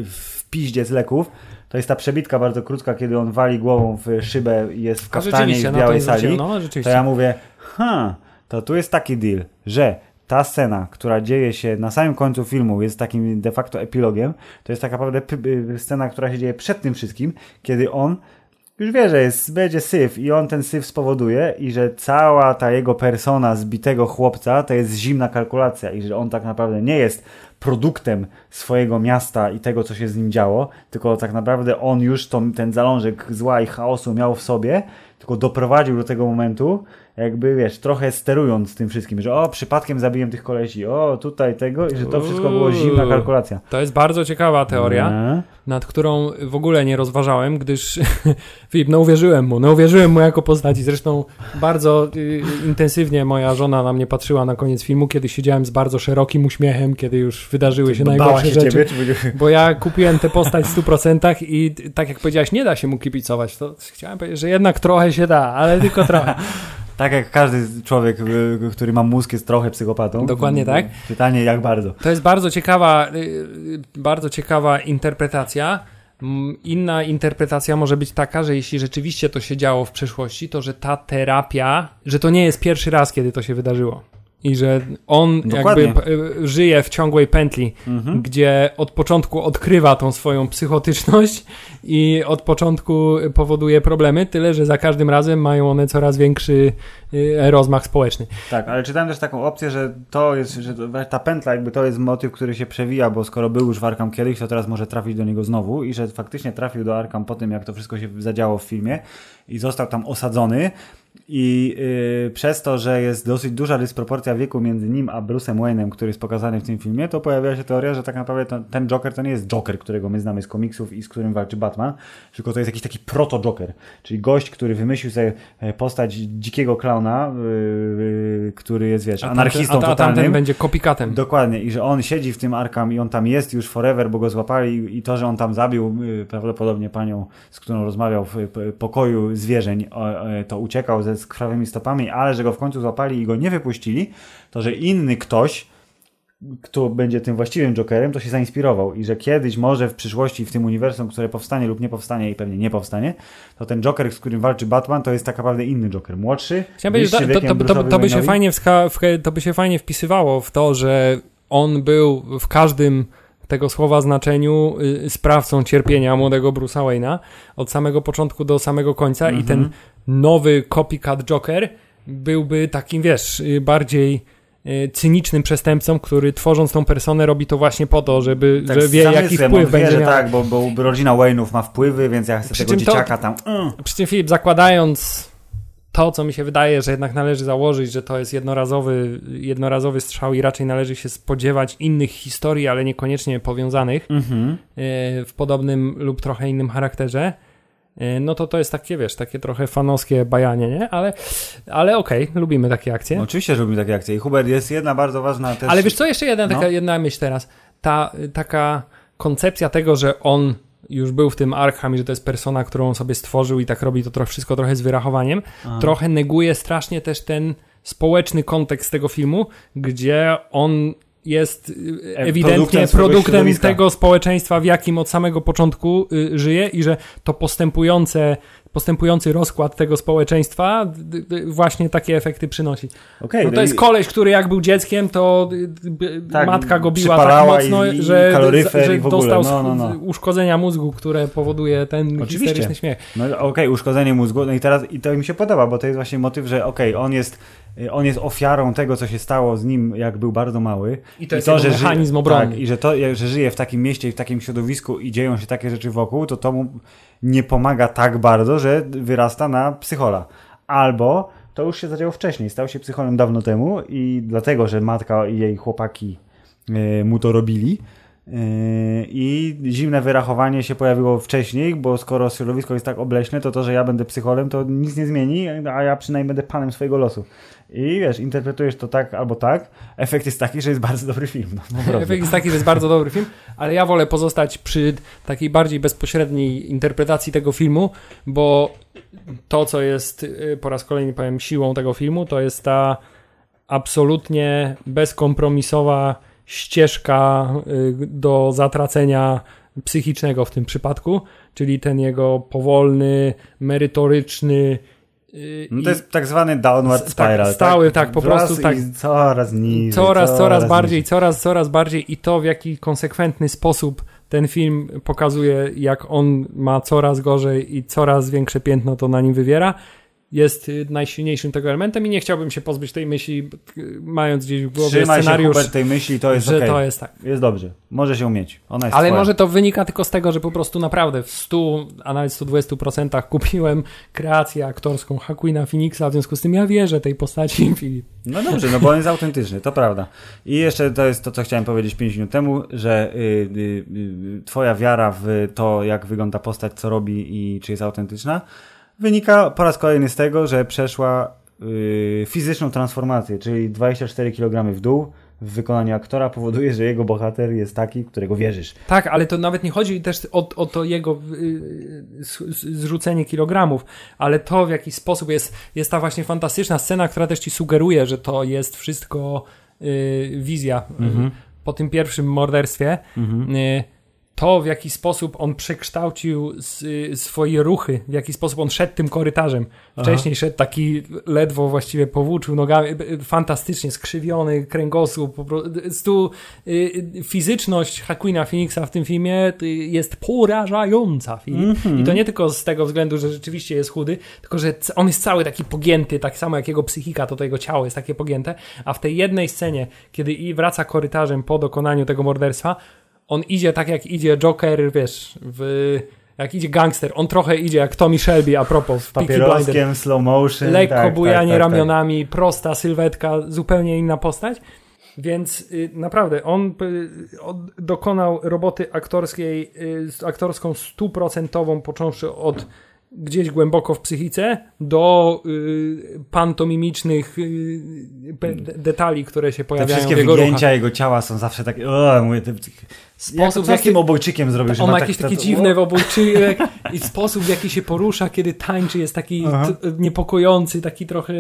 w piździec leków, to jest ta przebitka bardzo krótka, kiedy on wali głową w szybę i jest w kaftanie i w białej no, sali, no, to ja mówię, ha, to tu jest taki deal, że ta scena, która dzieje się na samym końcu filmu, jest takim de facto epilogiem, to jest tak naprawdę scena, która się dzieje przed tym wszystkim, kiedy on już wie, że jest, będzie syf i on ten syf spowoduje i że cała ta jego persona zbitego chłopca to jest zimna kalkulacja i że on tak naprawdę nie jest produktem swojego miasta i tego, co się z nim działo, tylko tak naprawdę on już to, ten zalążek zła i chaosu miał w sobie, tylko doprowadził do tego momentu, jakby wiesz, trochę sterując tym wszystkim, że o, przypadkiem zabiłem tych kolesi, o, tutaj tego i że to wszystko było zimna kalkulacja. To jest bardzo ciekawa teoria, nie? Nad którą w ogóle nie rozważałem, gdyż Filip, no uwierzyłem mu, no uwierzyłem mu jako postaci, zresztą bardzo y, intensywnie moja żona na mnie patrzyła na koniec filmu, kiedy siedziałem z bardzo szerokim uśmiechem, kiedy już wydarzyły się najgorsze się rzeczy, ciebie, czy... bo ja kupiłem tę postać w stu procentach i tak jak powiedziałeś, nie da się mu kibicować, to chciałem powiedzieć, że jednak trochę się da, ale tylko trochę. Tak jak każdy człowiek, który ma mózg, jest trochę psychopatą. Dokładnie tak. Pytanie, jak bardzo. To jest bardzo ciekawa, bardzo ciekawa interpretacja. Inna interpretacja może być taka, że jeśli rzeczywiście to się działo w przeszłości, to że ta terapia, że to nie jest pierwszy raz, kiedy to się wydarzyło. I że on Dokładnie. jakby żyje w ciągłej pętli, mhm. gdzie od początku odkrywa tą swoją psychotyczność i od początku powoduje problemy, tyle że za każdym razem mają one coraz większy rozmach społeczny. Tak, ale czytałem też taką opcję, że to jest, że ta pętla jakby to jest motyw, który się przewija, bo skoro był już w Arkham kiedyś, to teraz może trafić do niego znowu i że faktycznie trafił do Arkham po tym, jak to wszystko się zadziało w filmie i został tam osadzony. I yy, przez to, że jest dosyć duża dysproporcja wieku między nim a Bruce'em Wayne'em, który jest pokazany w tym filmie, to pojawia się teoria, że tak naprawdę to, ten Joker to nie jest Joker, którego my znamy z komiksów i z którym walczy Batman, tylko to jest jakiś taki proto-Joker, czyli gość, który wymyślił sobie postać dzikiego klauna, yy, który jest, wiesz, a anarchistą tamten, a, a totalnym. A tamten będzie copycatem. Dokładnie. I że on siedzi w tym Arkham i on tam jest już forever, bo go złapali i to, że on tam zabił yy, prawdopodobnie panią, z którą rozmawiał w yy, pokoju zwierzeń, yy, to uciekał ze z krwawymi stopami, ale że go w końcu złapali i go nie wypuścili, to że inny ktoś, kto będzie tym właściwym Jokerem, to się zainspirował i że kiedyś może w przyszłości w tym uniwersum, które powstanie lub nie powstanie i pewnie nie powstanie, to ten Joker, z którym walczy Batman, to jest tak naprawdę inny Joker, młodszy, wyższy to, to, to, to, to, by się fajnie wska- w, to by się fajnie wpisywało w to, że on był w każdym tego słowa znaczeniu y, sprawcą cierpienia młodego Bruce'a Wayne'a od samego początku do samego końca mm-hmm. i ten nowy copycat Joker byłby takim, wiesz, bardziej y, cynicznym przestępcą, który tworząc tą personę robi to właśnie po to, żeby, tak, że wie jaki wpływ będzie wie, miał. Tak, bo, bo rodzina Wayne'ów ma wpływy, więc ja chcę przy tego dzieciaka to, tam... Mm. Przy czym Filip, zakładając to, co mi się wydaje, że jednak należy założyć, że to jest jednorazowy, jednorazowy strzał i raczej należy się spodziewać innych historii, ale niekoniecznie powiązanych mm-hmm. y, w podobnym lub trochę innym charakterze, no to to jest takie, wiesz, takie trochę fanowskie bajanie, nie? Ale, ale okej, okay, lubimy takie akcje. No, oczywiście, że lubimy takie akcje. I Hubert, jest jedna bardzo ważna też... Ale wiesz co, jeszcze jedna, no. taka, jedna myśl teraz. Ta taka koncepcja tego, że on już był w tym Arkham i że to jest persona, którą on sobie stworzył i tak robi to trochę, wszystko trochę z wyrachowaniem, Aha. trochę neguje strasznie też ten społeczny kontekst tego filmu, gdzie on jest ewidentnie produktem, produktem tego społeczeństwa, w jakim od samego początku y, żyje i że to postępujące, postępujący rozkład tego społeczeństwa y, y, właśnie takie efekty przynosi. Okay, no to no jest i... koleś, który jak był dzieckiem, to tak, matka go biła tak mocno, i, i że, że dostał no, no, no. uszkodzenia mózgu, które powoduje ten Oczywiście. histeryczny śmiech. No okej, okay, uszkodzenie mózgu, no i teraz i to mi się podoba, bo to jest właśnie motyw, że okej, okay, on jest on jest ofiarą tego, co się stało z nim, jak był bardzo mały. I to jest I to, że mechanizm żyje, obrony. Tak, i że to, że żyje w takim mieście i w takim środowisku i dzieją się takie rzeczy wokół, to to mu nie pomaga tak bardzo, że wyrasta na psychola. Albo to już się zadziało wcześniej. Stał się psycholem dawno temu i dlatego, że matka i jej chłopaki y, mu to robili. I zimne wyrachowanie się pojawiło wcześniej, bo skoro środowisko jest tak obleśne, to to, że ja będę psycholem, to nic nie zmieni, a ja przynajmniej będę panem swojego losu. I wiesz, interpretujesz to tak albo tak. Efekt jest taki, że jest bardzo dobry film. No, Efekt jest taki, że jest bardzo dobry film, ale ja wolę pozostać przy takiej bardziej bezpośredniej interpretacji tego filmu, bo to, co jest, po raz kolejny powiem, siłą tego filmu, to jest ta absolutnie bezkompromisowa ścieżka do zatracenia psychicznego w tym przypadku, czyli ten jego powolny, merytoryczny, No to jest tak zwany downward spiral. Tak, stały, tak, tak po prostu tak. Coraz niżej. Coraz, coraz, coraz bardziej, niżej. coraz, coraz bardziej i to w jaki konsekwentny sposób ten film pokazuje, jak on ma coraz gorzej i coraz większe piętno to na nim wywiera, jest najsilniejszym tego elementem i nie chciałbym się pozbyć tej myśli, mając gdzieś w głowie Trzymaj scenariusz, się, Hubert, tej myśli, to jest że okay. to jest tak. Jest dobrze. Może się umieć. Ona jest Ale twoja. może to wynika tylko z tego, że po prostu naprawdę w stu, a nawet stu dwudziestu procentach kupiłem kreację aktorską Joaquina Phoenixa, w związku z tym ja wierzę tej postaci Filip. No dobrze, no bo on jest autentyczny, to prawda. I jeszcze to jest to, co chciałem powiedzieć pięć minut temu, że y, y, y, twoja wiara w to, jak wygląda postać, co robi i czy jest autentyczna, wynika po raz kolejny z tego, że przeszła y, fizyczną transformację, czyli dwadzieścia cztery kilogramy w dół w wykonaniu aktora powoduje, że jego bohater jest taki, którego wierzysz. Tak, ale to nawet nie chodzi też o, o to jego y, zrzucenie kilogramów, ale to w jaki sposób jest, jest ta właśnie fantastyczna scena, która też ci sugeruje, że to jest wszystko y, wizja mhm. y, po tym pierwszym morderstwie. Mhm. Y, to, w jaki sposób on przekształcił y, swoje ruchy, w jaki sposób on szedł tym korytarzem. Wcześniej Aha. szedł taki ledwo właściwie powłóczył nogami, fantastycznie skrzywiony kręgosłup. Po prostu y, fizyczność Joaquina Phoenixa w tym filmie y, jest porażająca. Mm-hmm. I to nie tylko z tego względu, że rzeczywiście jest chudy, tylko że on jest cały taki pogięty, tak samo jak jego psychika, to, to jego ciało jest takie pogięte, a w tej jednej scenie, kiedy wraca korytarzem po dokonaniu tego morderstwa, on idzie tak jak idzie Joker, wiesz, w, jak idzie gangster. On trochę idzie jak Tommy Shelby, a propos w papieroskiem, slow motion. Lekko tak, bujanie tak, tak, ramionami, tak. Prosta sylwetka, zupełnie inna postać. Więc y, naprawdę on y, od, dokonał roboty aktorskiej, y, aktorską stuprocentową, począwszy od gdzieś głęboko w psychice do y, pantomimicznych y, pe, detali, które się pojawiają w jego ruchach. Te wszystkie wygięcia jego ciała są zawsze takie o, mówię, te, sposób, jak jakim obojczykiem zrobił, że on ma tak, jakiś taki to... dziwny obojczyk i sposób, w jaki się porusza, kiedy tańczy, jest taki t- niepokojący, taki trochę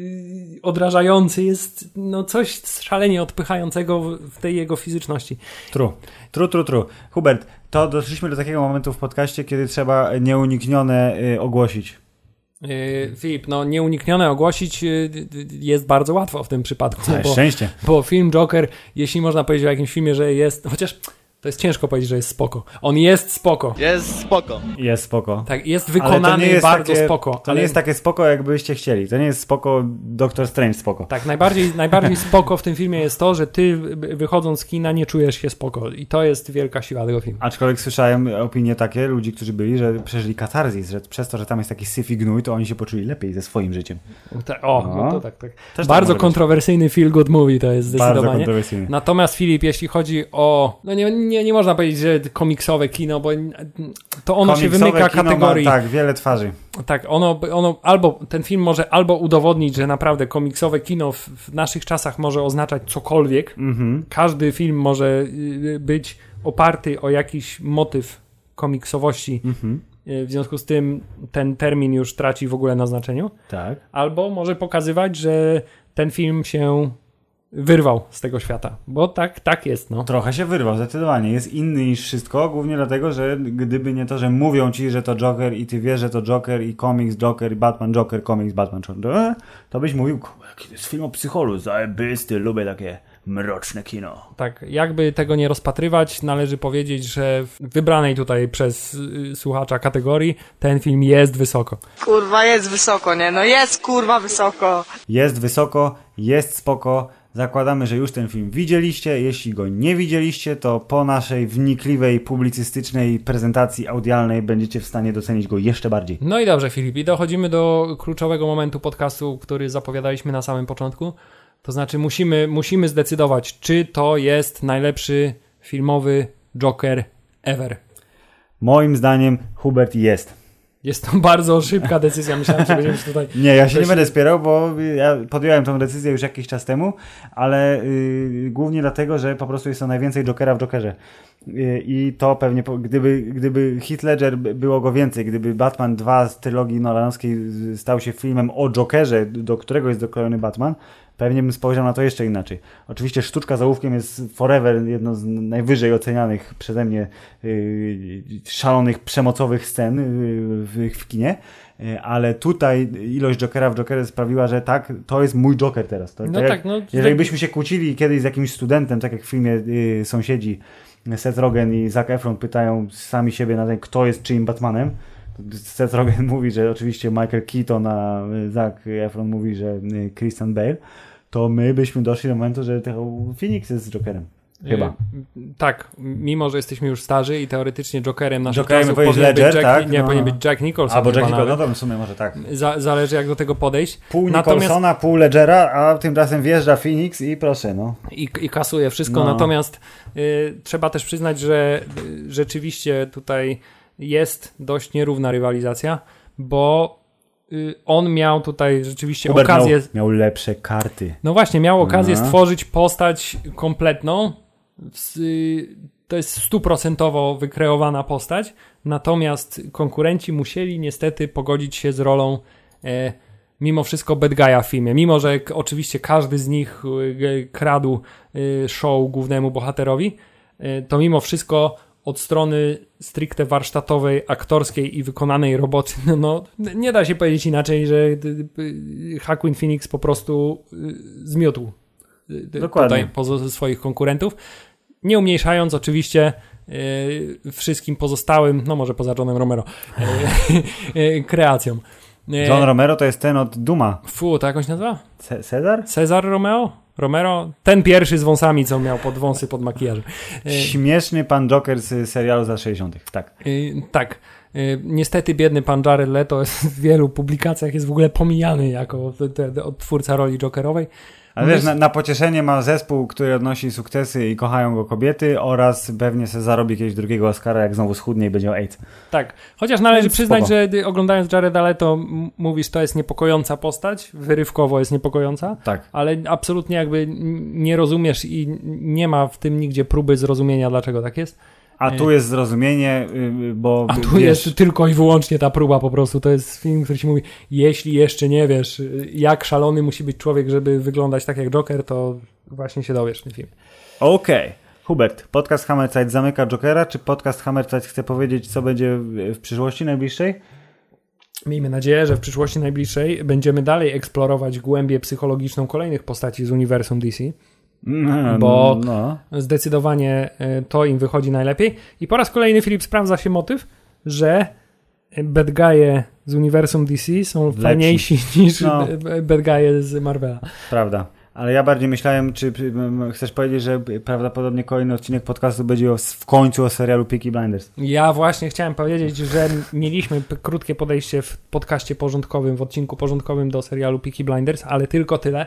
odrażający, jest no coś szalenie odpychającego w, w tej jego fizyczności. True, true, true, true. Hubert, to doszliśmy do takiego momentu w podcaście, kiedy trzeba nieuniknione y, ogłosić. Yy, Filip, no nieuniknione ogłosić yy, jest bardzo łatwo w tym przypadku. Całe bo, szczęście. Bo film Joker, jeśli można powiedzieć o jakimś filmie, że jest, chociaż to jest ciężko powiedzieć, że jest spoko. On jest spoko. Jest spoko. Jest spoko. Tak, jest wykonany jest bardzo takie, spoko. To ale... nie jest takie spoko, jakbyście chcieli. To nie jest spoko Doctor Strange spoko. Tak, najbardziej, najbardziej spoko w tym filmie jest to, że ty wychodząc z kina nie czujesz się spoko. I to jest wielka siła tego filmu. Aczkolwiek słyszałem opinie takie, ludzi, którzy byli, że przeżyli katarzis, że przez to, że tam jest taki syfi gnój, to oni się poczuli lepiej ze swoim życiem. O, no, no to tak, tak. Też bardzo tak kontrowersyjny feel good movie to jest zdecydowanie. Bardzo kontrowersyjny. Natomiast Filip, jeśli chodzi o... No nie, nie, nie można powiedzieć, że komiksowe kino, bo to ono komiksowe się wymyka kategorii. Ma, tak, wiele twarzy. Tak, ono, ono albo, ten film może albo udowodnić, że naprawdę komiksowe kino w, w naszych czasach może oznaczać cokolwiek. Mm-hmm. Każdy film może być oparty o jakiś motyw komiksowości. Mm-hmm. W związku z tym ten termin już traci w ogóle na znaczeniu. Tak. Albo może pokazywać, że ten film się wyrwał z tego świata, bo tak, tak jest. No. Trochę się wyrwał, zdecydowanie. Jest inny niż wszystko, głównie dlatego, że gdyby nie to, że mówią ci, że to Joker i ty wiesz, że to Joker i komiks Joker i Batman Joker, komiks Batman Joker, to byś mówił, jaki to jest film o psycholu, zajebisty, lubię takie mroczne kino. Tak, jakby tego nie rozpatrywać, należy powiedzieć, że w wybranej tutaj przez y, słuchacza kategorii ten film jest wysoko. Kurwa, jest wysoko, nie? No jest kurwa wysoko. Jest wysoko, jest spoko. Zakładamy, że już ten film widzieliście. Jeśli go nie widzieliście, to po naszej wnikliwej, publicystycznej prezentacji audialnej będziecie w stanie docenić go jeszcze bardziej. No i dobrze, Filip. I dochodzimy do kluczowego momentu podcastu, który zapowiadaliśmy na samym początku. To znaczy musimy, musimy zdecydować, czy to jest najlepszy filmowy Joker ever. Moim zdaniem Hubert jest. Jest to bardzo szybka decyzja. Myślałem, że będziemy tutaj... Nie, ja się nie będę spierał, bo ja podjąłem tę decyzję już jakiś czas temu, ale yy, głównie dlatego, że po prostu jest to najwięcej Jokera w Jokerze. Yy, I to pewnie, po, gdyby, gdyby Heath Ledger było go więcej, gdyby Batman dwa z trylogii nolanowskiej stał się filmem o Jokerze, do którego jest doklejony Batman, pewnie bym spojrzał na to jeszcze inaczej. Oczywiście Sztuczka z ołówkiem jest forever jedną z najwyżej ocenianych przeze mnie yy, szalonych, przemocowych scen yy, w, w kinie, ale tutaj ilość Jokera w Jokerze sprawiła, że tak, to jest mój Joker teraz. To, no to tak, jak, no, jeżeli byśmy się kłócili kiedyś z jakimś studentem, tak jak w filmie y, Sąsiedzi, Seth Rogen i Zac Efron pytają sami siebie na ten, kto jest czyim Batmanem, Seth Rogen mówi, że oczywiście Michael Keaton, a Zac Efron mówi, że Christian Bale, to my byśmy doszli do momentu, że Phoenix jest z Jokerem. Chyba. Yy, tak, mimo że jesteśmy już starzy i teoretycznie Jokerem naszych Jokerem czasów powinien powinien być Ledger, być Jack, tak? nie, no. powinien być Jack Nicholson. Albo Jack Nicholson, nawet. no to w sumie może tak. Za, zależy jak do tego podejść. Pół Natomiast... Nicholsona, pół Ledgera, a tymczasem wjeżdża Phoenix i proszę, no. I, i kasuje wszystko, no. Natomiast y, trzeba też przyznać, że y, rzeczywiście tutaj jest dość nierówna rywalizacja, bo y, on miał tutaj rzeczywiście Hubert okazję... Miał, miał lepsze karty. No właśnie, miał okazję no. stworzyć postać kompletną. To jest stuprocentowo wykreowana postać, natomiast konkurenci musieli niestety pogodzić się z rolą e, mimo wszystko bad guy'a w filmie. Mimo że k- oczywiście każdy z nich e, kradł e, show głównemu bohaterowi, e, to mimo wszystko od strony stricte warsztatowej, aktorskiej i wykonanej roboty, no, no nie da się powiedzieć inaczej, że Joaquin Phoenix po prostu e, zmiótł Dokładnie. tutaj poza swoich konkurentów, nie umniejszając oczywiście yy, wszystkim pozostałym, no może poza Johnem Romero, yy, yy, kreacjom. Yy, John Romero to jest ten od Duma. Fu, to jak on się nazywa? Ce- Cezar? Cezar Romeo? Romero? Ten pierwszy z wąsami, co miał pod wąsy pod makijażem. Yy, Śmieszny pan Joker z serialu z lat sześćdziesiątych. Tak. Yy, tak. Yy, niestety biedny pan Jared Leto w wielu publikacjach jest w ogóle pomijany jako te, te, odtwórca roli Jokerowej. Ale wiesz, na, na pocieszenie ma zespół, który odnosi sukcesy i kochają go kobiety oraz pewnie se zarobi jakiegoś drugiego Oscara, jak znowu schudnie i będzie miał AIDS. Tak, chociaż należy Więc przyznać, spoko. że oglądając Jareda Leto m- mówisz, to jest niepokojąca postać, wyrywkowo jest niepokojąca, Tak. ale absolutnie jakby n- nie rozumiesz i nie ma w tym nigdzie próby zrozumienia, dlaczego tak jest. A tu jest zrozumienie, yy, bo A tu wiesz, jest tylko i wyłącznie ta próba po prostu. To jest film, który ci mówi, jeśli jeszcze nie wiesz, jak szalony musi być człowiek, żeby wyglądać tak jak Joker, to właśnie się dowiesz w tym filmie. Okej. Okay. Hubert, podcast Hammerzeit zamyka Jokera, czy podcast Hammerzeit chce powiedzieć, co będzie w, w przyszłości najbliższej? Miejmy nadzieję, że w przyszłości najbliższej będziemy dalej eksplorować głębię psychologiczną kolejnych postaci z uniwersum D C. No, Bo no. zdecydowanie to im wychodzi najlepiej. I po raz kolejny, Filip, sprawdza się motyw, że bad guy'e z uniwersum D C są Lepsi. fajniejsi niż No. bad guy'e z Marvela. Prawda. Ale ja bardziej myślałem, czy m, chcesz powiedzieć, że prawdopodobnie kolejny odcinek podcastu będzie o, w końcu o serialu Peaky Blinders. Ja właśnie chciałem powiedzieć, że mieliśmy p- krótkie podejście w podcaście porządkowym, w odcinku porządkowym do serialu Peaky Blinders, ale tylko tyle.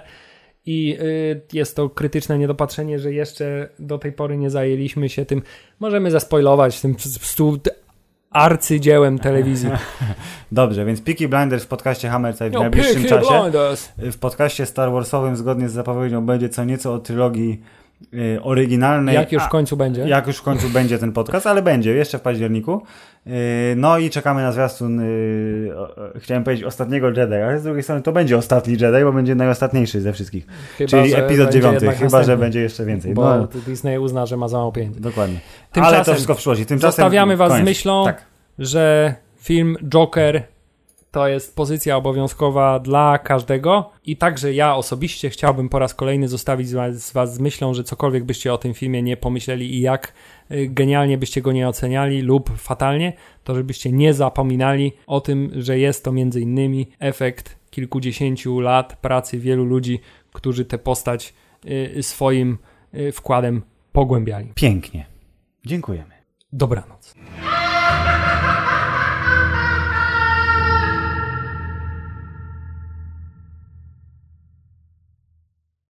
I y, jest to krytyczne niedopatrzenie, że jeszcze do tej pory nie zajęliśmy się tym, możemy zaspoilować, tym stu arcydziełem telewizji. Dobrze, więc Peaky Blinders w podcaście Hammerzeit w No, najbliższym Peaky czasie. Blinders. W podcaście Star Warsowym zgodnie z zapowiedzią będzie co nieco o trylogii y, oryginalnej. Jak już w A, końcu będzie. jak już w końcu będzie ten podcast, ale będzie jeszcze w październiku. Y, no i czekamy na zwiastun, y, o, o, chciałem powiedzieć ostatniego Jedi, ale z drugiej strony to będzie ostatni Jedi, bo będzie najostatniejszy ze wszystkich. Chyba, Czyli że epizod będzie dziewiąty, jednak chyba następny. że będzie jeszcze więcej. Bo No, Disney uzna, że ma za mało pieniędzy. dokładnie. Tymczasem ale to wszystko w przyszłości. Tymczasem zostawiamy was koniec. z myślą, Tak. że film Joker to jest pozycja obowiązkowa dla każdego i także ja osobiście chciałbym po raz kolejny zostawić z was, z was z myślą, że cokolwiek byście o tym filmie nie pomyśleli i jak y, genialnie byście go nie oceniali lub fatalnie, to żebyście nie zapominali o tym, że jest to między innymi efekt kilkudziesięciu lat pracy wielu ludzi, którzy tę postać y, swoim y, wkładem pogłębiali. Pięknie. Dziękujemy. Dobranoc.